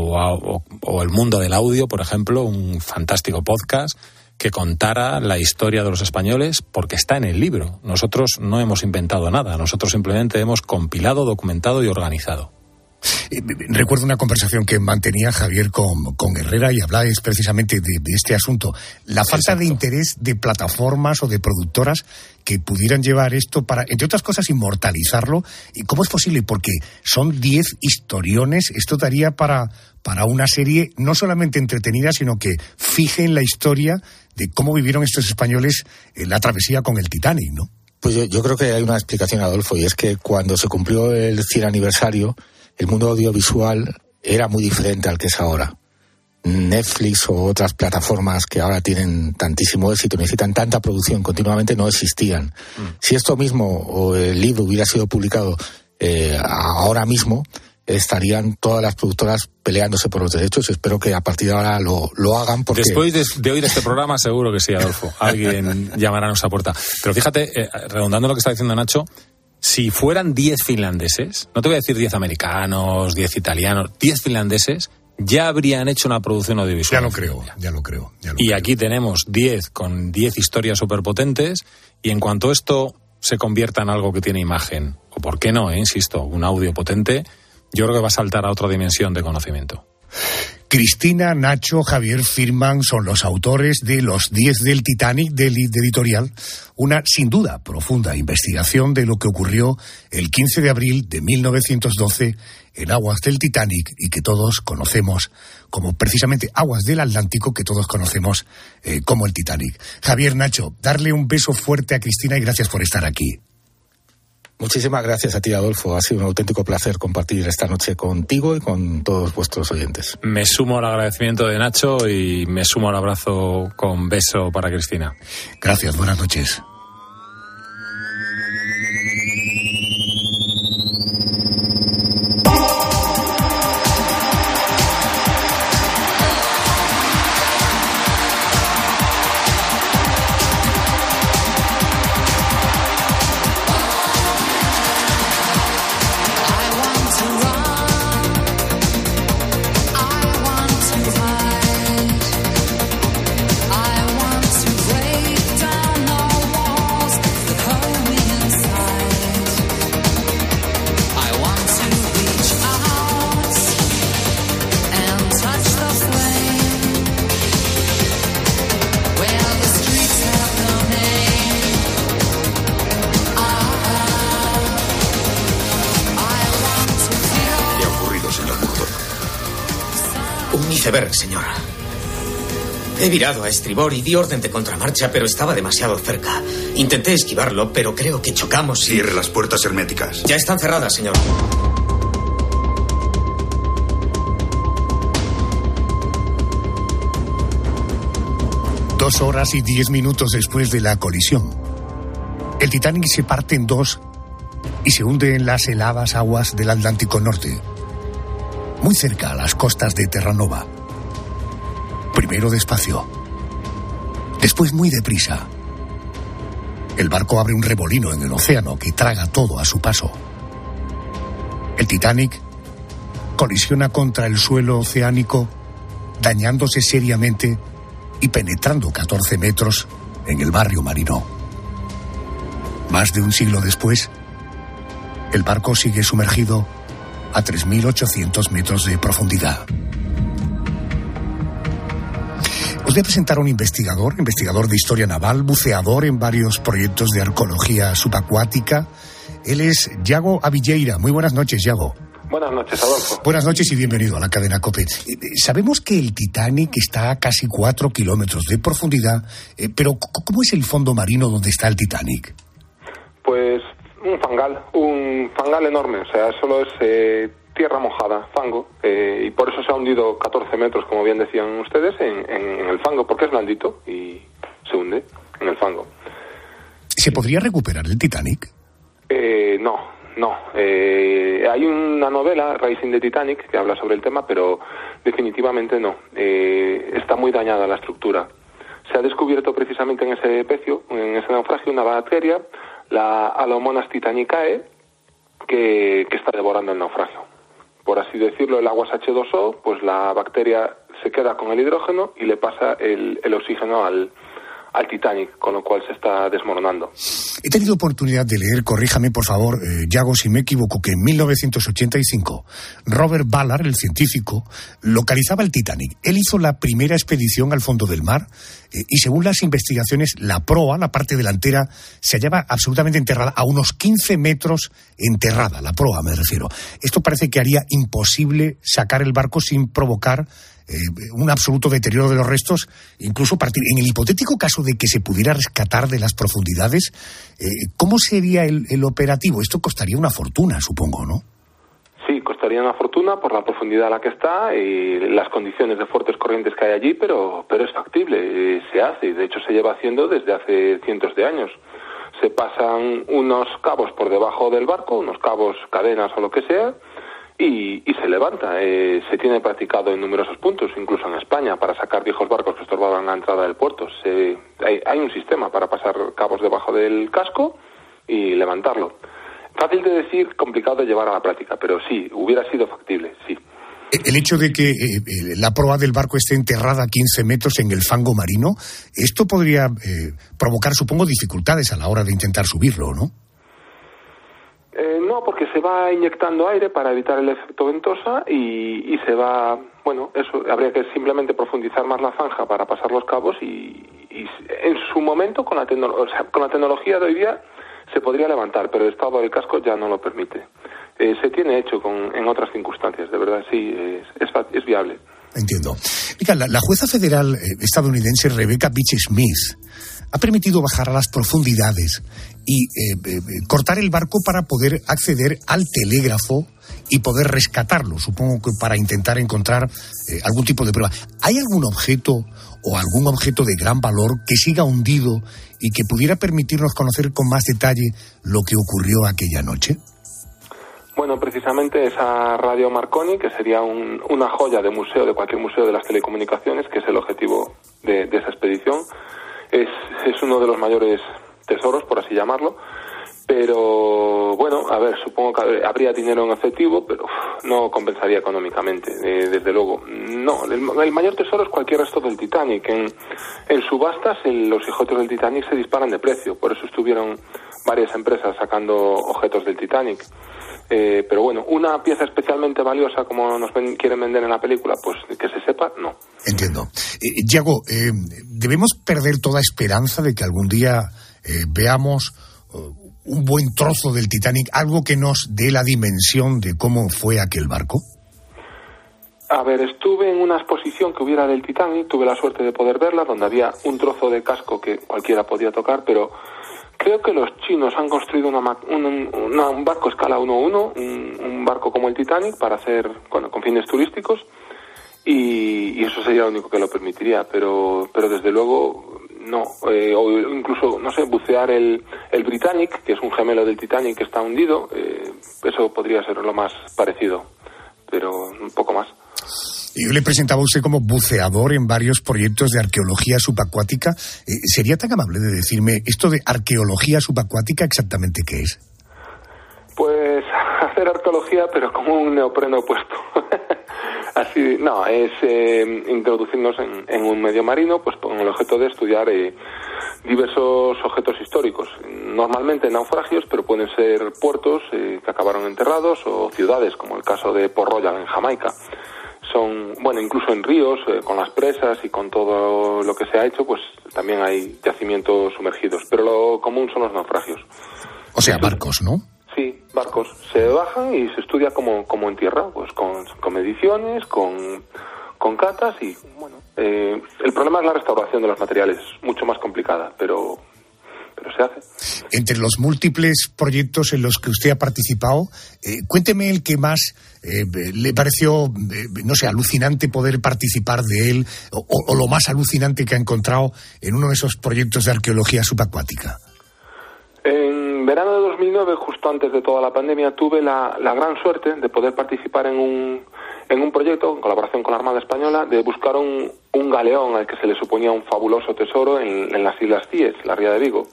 o el mundo del audio, por ejemplo, un fantástico podcast que contara la historia de los españoles, porque está en el libro. Nosotros no hemos inventado nada, nosotros simplemente hemos compilado, documentado y organizado. Recuerdo una conversación que mantenía Javier con Herrera y habláis precisamente de este asunto. La falta de interés de plataformas o de productoras que pudieran llevar esto para, entre otras cosas, inmortalizarlo. ¿Y cómo es posible? Porque son 10 historiones. Esto daría para una serie no solamente entretenida, sino que fije en la historia de cómo vivieron estos españoles la travesía con el Titanic, ¿no? Pues yo creo que hay una explicación, Adolfo, y es que cuando se cumplió el 100 aniversario, el mundo audiovisual era muy diferente al que es ahora. Netflix o otras plataformas que ahora tienen tantísimo éxito, necesitan tanta producción continuamente, no existían. Si esto mismo o el libro hubiera sido publicado ahora mismo, estarían todas las productoras peleándose por los derechos. Espero que a partir de ahora lo hagan, porque... Después de oír este programa, seguro que sí, Adolfo. Alguien llamará a nuestra puerta. Pero fíjate, redundando lo que está diciendo Nacho, si fueran 10 finlandeses, no te voy a decir 10 americanos, 10 italianos, 10 finlandeses, ya habrían hecho una producción audiovisual. Ya lo creo. Y aquí tenemos 10 con 10 historias superpotentes, y en cuanto esto se convierta en algo que tiene imagen, o por qué no, insisto, un audio potente, yo creo que va a saltar a otra dimensión de conocimiento. Cristina, Nacho, Javier firman, son los autores de Los 10 del Titanic, de editorial, una sin duda profunda investigación de lo que ocurrió el 15 de abril de 1912 en aguas del Titanic y que todos conocemos como precisamente aguas del Atlántico, que todos conocemos como el Titanic. Javier, Nacho, darle un beso fuerte a Cristina y gracias por estar aquí. Muchísimas gracias a ti, Adolfo. Ha sido un auténtico placer compartir esta noche contigo y con todos vuestros oyentes. Me sumo al agradecimiento de Nacho y me sumo al abrazo con beso para Cristina. Gracias, buenas noches. Iceberg, señor. He virado a estribor y di orden de contramarcha, pero estaba demasiado cerca. Intenté esquivarlo, pero creo que chocamos y... Cierre las puertas herméticas. Ya están cerradas, señor. Dos horas y 10 minutos después de la colisión, el Titanic se parte en dos y se hunde en las heladas aguas del Atlántico Norte, muy cerca a las costas de Terranova. Primero despacio, después muy deprisa. El barco abre un remolino en el océano que traga todo a su paso. El Titanic colisiona contra el suelo oceánico, dañándose seriamente y penetrando 14 metros en el barrio marino. Más de un siglo después, el barco sigue sumergido a 3.800 metros de profundidad. Os voy a presentar a un investigador de historia naval, buceador en varios proyectos de arqueología subacuática. Él es Yago Abilleira. Muy buenas noches, Yago. Buenas noches, Adolfo. Buenas noches y bienvenido a la cadena COPE. Sabemos que el Titanic está a casi 4 kilómetros de profundidad, pero ¿cómo es el fondo marino donde está el Titanic? Pues un fangal enorme, o sea, solo es tierra mojada, fango, y por eso se ha hundido 14 metros, como bien decían ustedes, en el fango, porque es blandito y se hunde en el fango. ¿Se podría recuperar el Titanic? No. Hay una novela, Rising the Titanic, que habla sobre el tema, pero definitivamente no. Está muy dañada la estructura. Se ha descubierto precisamente en ese pecio, en ese naufragio, una bacteria, la Alomonas titanicae, que está devorando el naufragio. Por así decirlo, el agua es H2O, pues la bacteria se queda con el hidrógeno y le pasa el oxígeno al Titanic, con lo cual se está desmoronando. He tenido oportunidad de leer, corríjame por favor, Yago, si me equivoco, que en 1985 Robert Ballard, el científico, localizaba el Titanic. Él hizo la primera expedición al fondo del mar y según las investigaciones, la proa, la parte delantera, se hallaba absolutamente enterrada, a unos 15 metros enterrada, la proa me refiero. Esto parece que haría imposible sacar el barco sin provocar un absoluto deterioro de los restos, incluso partir. En el hipotético caso de que se pudiera rescatar de las profundidades, ¿cómo sería el operativo? Esto costaría una fortuna, supongo, ¿no? Sí, costaría una fortuna por la profundidad a la que está y las condiciones de fuertes corrientes que hay allí, pero es factible, se hace, y de hecho se lleva haciendo desde hace cientos de años. Se pasan unos cabos por debajo del barco, unos cabos, cadenas o lo que sea, y se levanta. Se tiene practicado en numerosos puntos, incluso en España, para sacar viejos barcos que estorbaban la entrada del puerto. Hay un sistema para pasar cabos debajo del casco y levantarlo. Fácil de decir, complicado de llevar a la práctica, pero sí, hubiera sido factible, sí. El hecho de que la proa del barco esté enterrada a 15 metros en el fango marino, esto podría provocar, supongo, dificultades a la hora de intentar subirlo, ¿no? No, porque se va inyectando aire para evitar el efecto ventosa y se va, bueno, eso, habría que simplemente profundizar más la zanja para pasar los cabos y en su momento con la tecnología de hoy día se podría levantar, pero el estado del casco ya no lo permite. Se tiene hecho en otras circunstancias, de verdad, sí, es viable. Entiendo. Mira, la jueza federal estadounidense Rebecca Beach Smith ha permitido bajar a las profundidades y cortar el barco para poder acceder al telégrafo y poder rescatarlo, supongo que para intentar encontrar algún tipo de prueba. ¿Hay algún objeto o algún objeto de gran valor que siga hundido y que pudiera permitirnos conocer con más detalle lo que ocurrió aquella noche? Bueno, precisamente esa radio Marconi, que sería una joya de museo, de cualquier museo de las telecomunicaciones, que es el objetivo de esa expedición, es uno de los mayores tesoros, por así llamarlo. Pero bueno, a ver, supongo que habría dinero en efectivo, pero no compensaría económicamente, desde luego. No, el mayor tesoro es cualquier resto del Titanic. En subastas los objetos del Titanic se disparan de precio, por eso estuvieron varias empresas sacando objetos del Titanic. Pero bueno, una pieza especialmente valiosa como nos quieren vender en la película, pues que se sepa, no. Entiendo. Yago, ¿debemos perder toda esperanza de que algún día veamos un buen trozo del Titanic, algo que nos dé la dimensión de cómo fue aquel barco? A ver, estuve en una exposición que hubiera del Titanic, tuve la suerte de poder verla, donde había un trozo de casco que cualquiera podía tocar, pero creo que los chinos han construido un barco escala 1:1, un barco como el Titanic, para hacer, bueno, con fines turísticos, y eso sería lo único que lo permitiría, pero desde luego no, o incluso, no sé, bucear el Britannic, que es un gemelo del Titanic que está hundido, eso podría ser lo más parecido, pero un poco más. Yo le presentaba a usted como buceador en varios proyectos de arqueología subacuática. ¿Sería tan amable de decirme esto de arqueología subacuática exactamente qué es? Pues hacer arqueología, pero como un neopreno puesto. Así, no, es introducirnos en un medio marino, pues con el objeto de estudiar diversos objetos históricos, normalmente naufragios, pero pueden ser puertos que acabaron enterrados o ciudades, como el caso de Port Royal en Jamaica. Son, bueno, incluso en ríos, con las presas y con todo lo que se ha hecho, pues también hay yacimientos sumergidos, pero lo común son los naufragios. O sea, barcos, ¿no? Sí, barcos. Se bajan y se estudia como en tierra, pues con mediciones, con catas y, bueno, el problema es la restauración de los materiales, mucho más complicada, pero se hace. Entre los múltiples proyectos en los que usted ha participado, cuénteme el que más le pareció, no sé, alucinante poder participar de él, o lo más alucinante que ha encontrado en uno de esos proyectos de arqueología subacuática. En verano de 2009, justo antes de toda la pandemia, tuve la gran suerte de poder participar en un proyecto, en colaboración con la Armada Española, de buscar un galeón al que se le suponía un fabuloso tesoro en las Islas Cíes, la Ría de Vigo.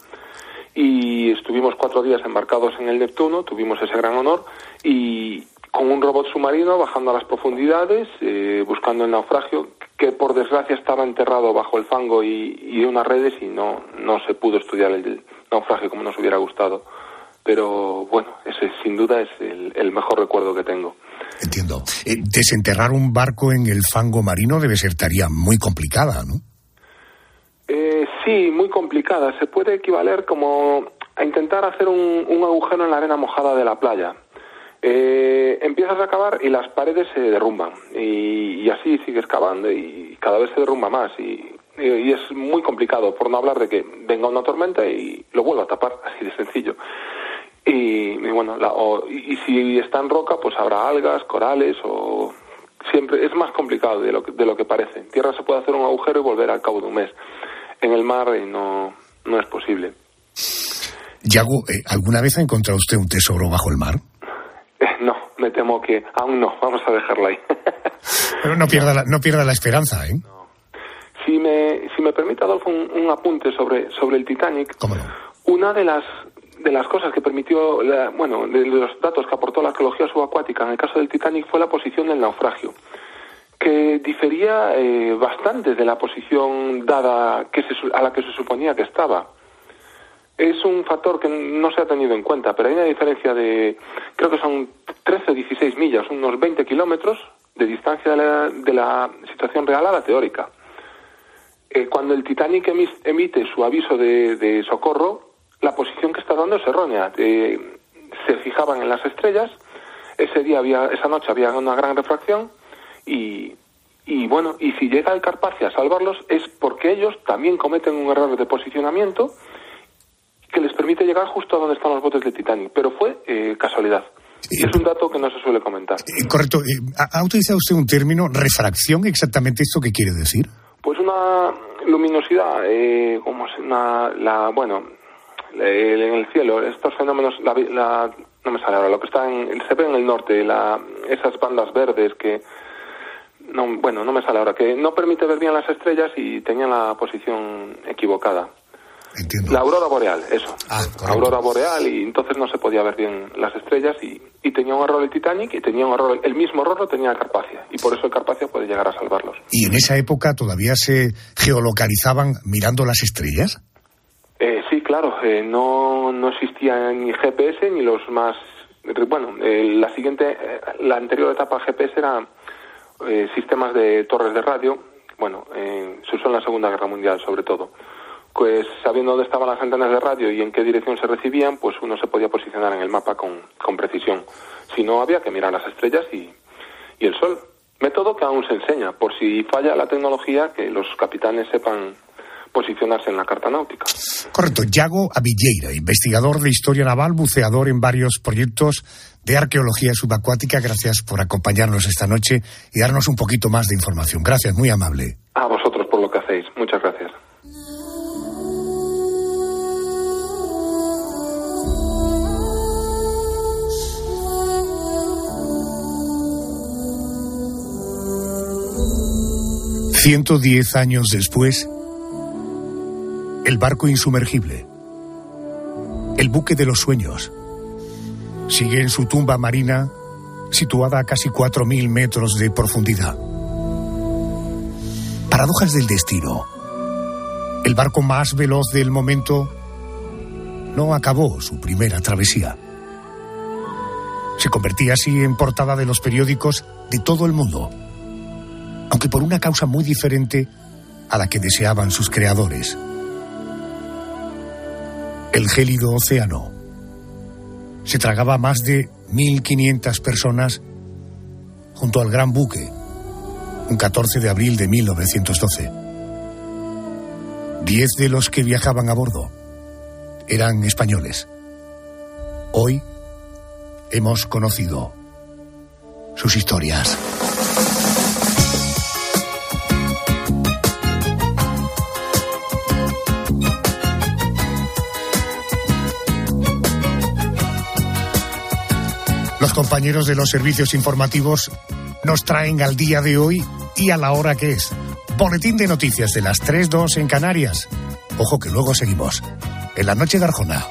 Y estuvimos 4 días embarcados en el Neptuno, tuvimos ese gran honor, y con un robot submarino bajando a las profundidades, buscando el naufragio, que por desgracia estaba enterrado bajo el fango y unas redes, y no se pudo estudiar el naufragio como nos hubiera gustado. Pero bueno, ese sin duda es el mejor recuerdo que tengo. Entiendo. Desenterrar un barco en el fango marino debe ser tarea muy complicada, ¿no? Sí, muy complicada. Se puede equivaler como a intentar hacer un agujero en la arena mojada de la playa. Empiezas a cavar y las paredes se derrumban y así sigues cavando y cada vez se derrumba más y es muy complicado, por no hablar de que venga una tormenta y lo vuelva a tapar, así de sencillo. Y bueno, y si está en roca, pues habrá algas, corales, o siempre es más complicado de lo que parece. En tierra se puede hacer un agujero y volver al cabo de un mes. En el mar no es posible. Yago, ¿alguna vez ha encontrado usted un tesoro bajo el mar? No, me temo que aún no. Vamos a dejarlo ahí. Pero no pierda la esperanza, ¿eh? No. Si me permite, Adolfo, un apunte sobre el Titanic. ¿Cómo no? Una de las cosas que permitió, de los datos que aportó la arqueología subacuática en el caso del Titanic fue la posición del naufragio, que difería bastante de la posición dada a la que se suponía que estaba. Es un factor que no se ha tenido en cuenta, pero hay una diferencia de, creo que son 13 o 16 millas, unos 20 kilómetros de distancia de la situación real a la teórica. Cuando el Titanic emite su aviso de socorro, la posición que está dando es errónea. Se fijaban en las estrellas, esa noche había una gran refracción y Y bueno, y si llega el Carpathia a salvarlos es porque ellos también cometen un error de posicionamiento que les permite llegar justo a donde están los botes de Titanic, pero fue casualidad. Y es un dato que no se suele comentar. Correcto. ¿Ha utilizado usted un término, refracción? ¿Exactamente esto qué quiere decir? Pues una luminosidad, como es en el cielo, estos fenómenos, no me sale ahora, lo que está se ve en el norte, esas bandas verdes que, no me sale ahora, que no permite ver bien las estrellas y tenían la posición equivocada. Entiendo. La aurora boreal, eso. Aurora boreal, y entonces no se podía ver bien las estrellas y tenía un error el Titanic y tenía un error, el mismo error lo tenía el Carpathia, y por eso el Carpathia puede llegar a salvarlos. ¿Y en esa época todavía se geolocalizaban mirando las estrellas? Sí, claro, no existía ni GPS ni los más... Bueno, la anterior etapa GPS era sistemas de torres de radio, se usó en la Segunda Guerra Mundial sobre todo. Pues sabiendo dónde estaban las antenas de radio y en qué dirección se recibían, pues uno se podía posicionar en el mapa con precisión. Si no, había que mirar las estrellas y el sol. Método que aún se enseña, por si falla la tecnología, que los capitanes sepan posicionarse en la carta náutica. Correcto. Yago Abilleira, investigador de historia naval, buceador en varios proyectos de arqueología subacuática. Gracias por acompañarnos esta noche y darnos un poquito más de información. Gracias, muy amable. A vosotros por lo que hacéis. Muchas gracias. ...110 años después... el barco insumergible, el buque de los sueños, sigue en su tumba marina, situada a casi 4.000 metros de profundidad. Paradojas del destino. El barco más veloz del momento no acabó su primera travesía. Se convertía así en portada de los periódicos de todo el mundo, aunque por una causa muy diferente a la que deseaban sus creadores. El gélido océano se tragaba a más de 1.500 personas junto al gran buque, un 14 de abril de 1912. 10 de los que viajaban a bordo eran españoles. Hoy hemos conocido sus historias. Los compañeros de los servicios informativos nos traen al día de hoy y a la hora que es. Boletín de noticias de las 3:02 en Canarias. Ojo que luego seguimos en la noche de Arjona.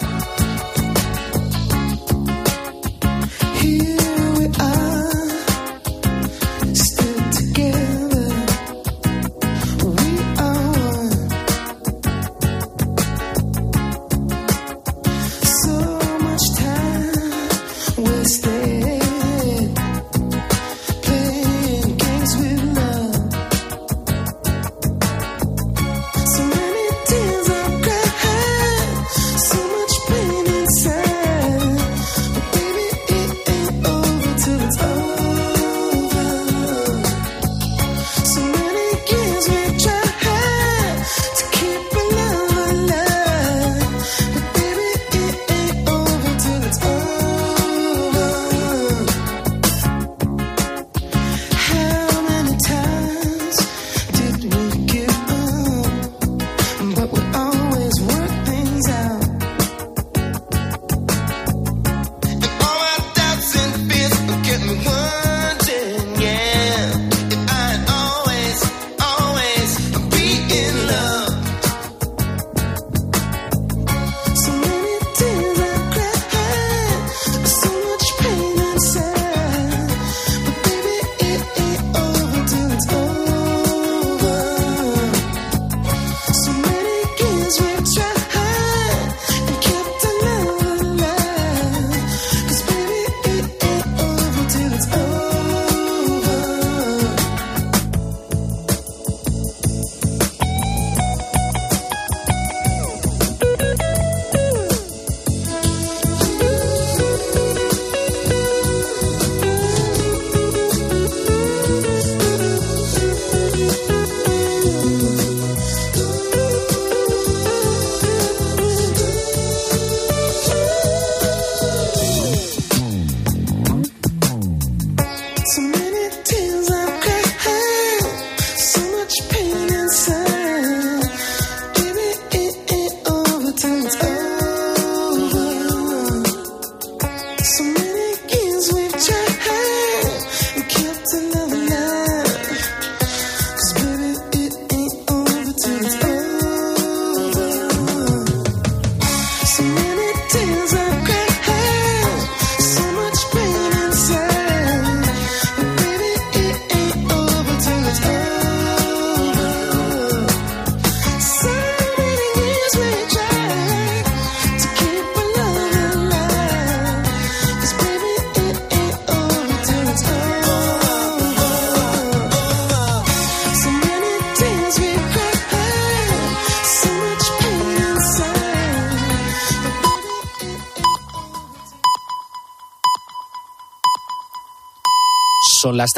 Son las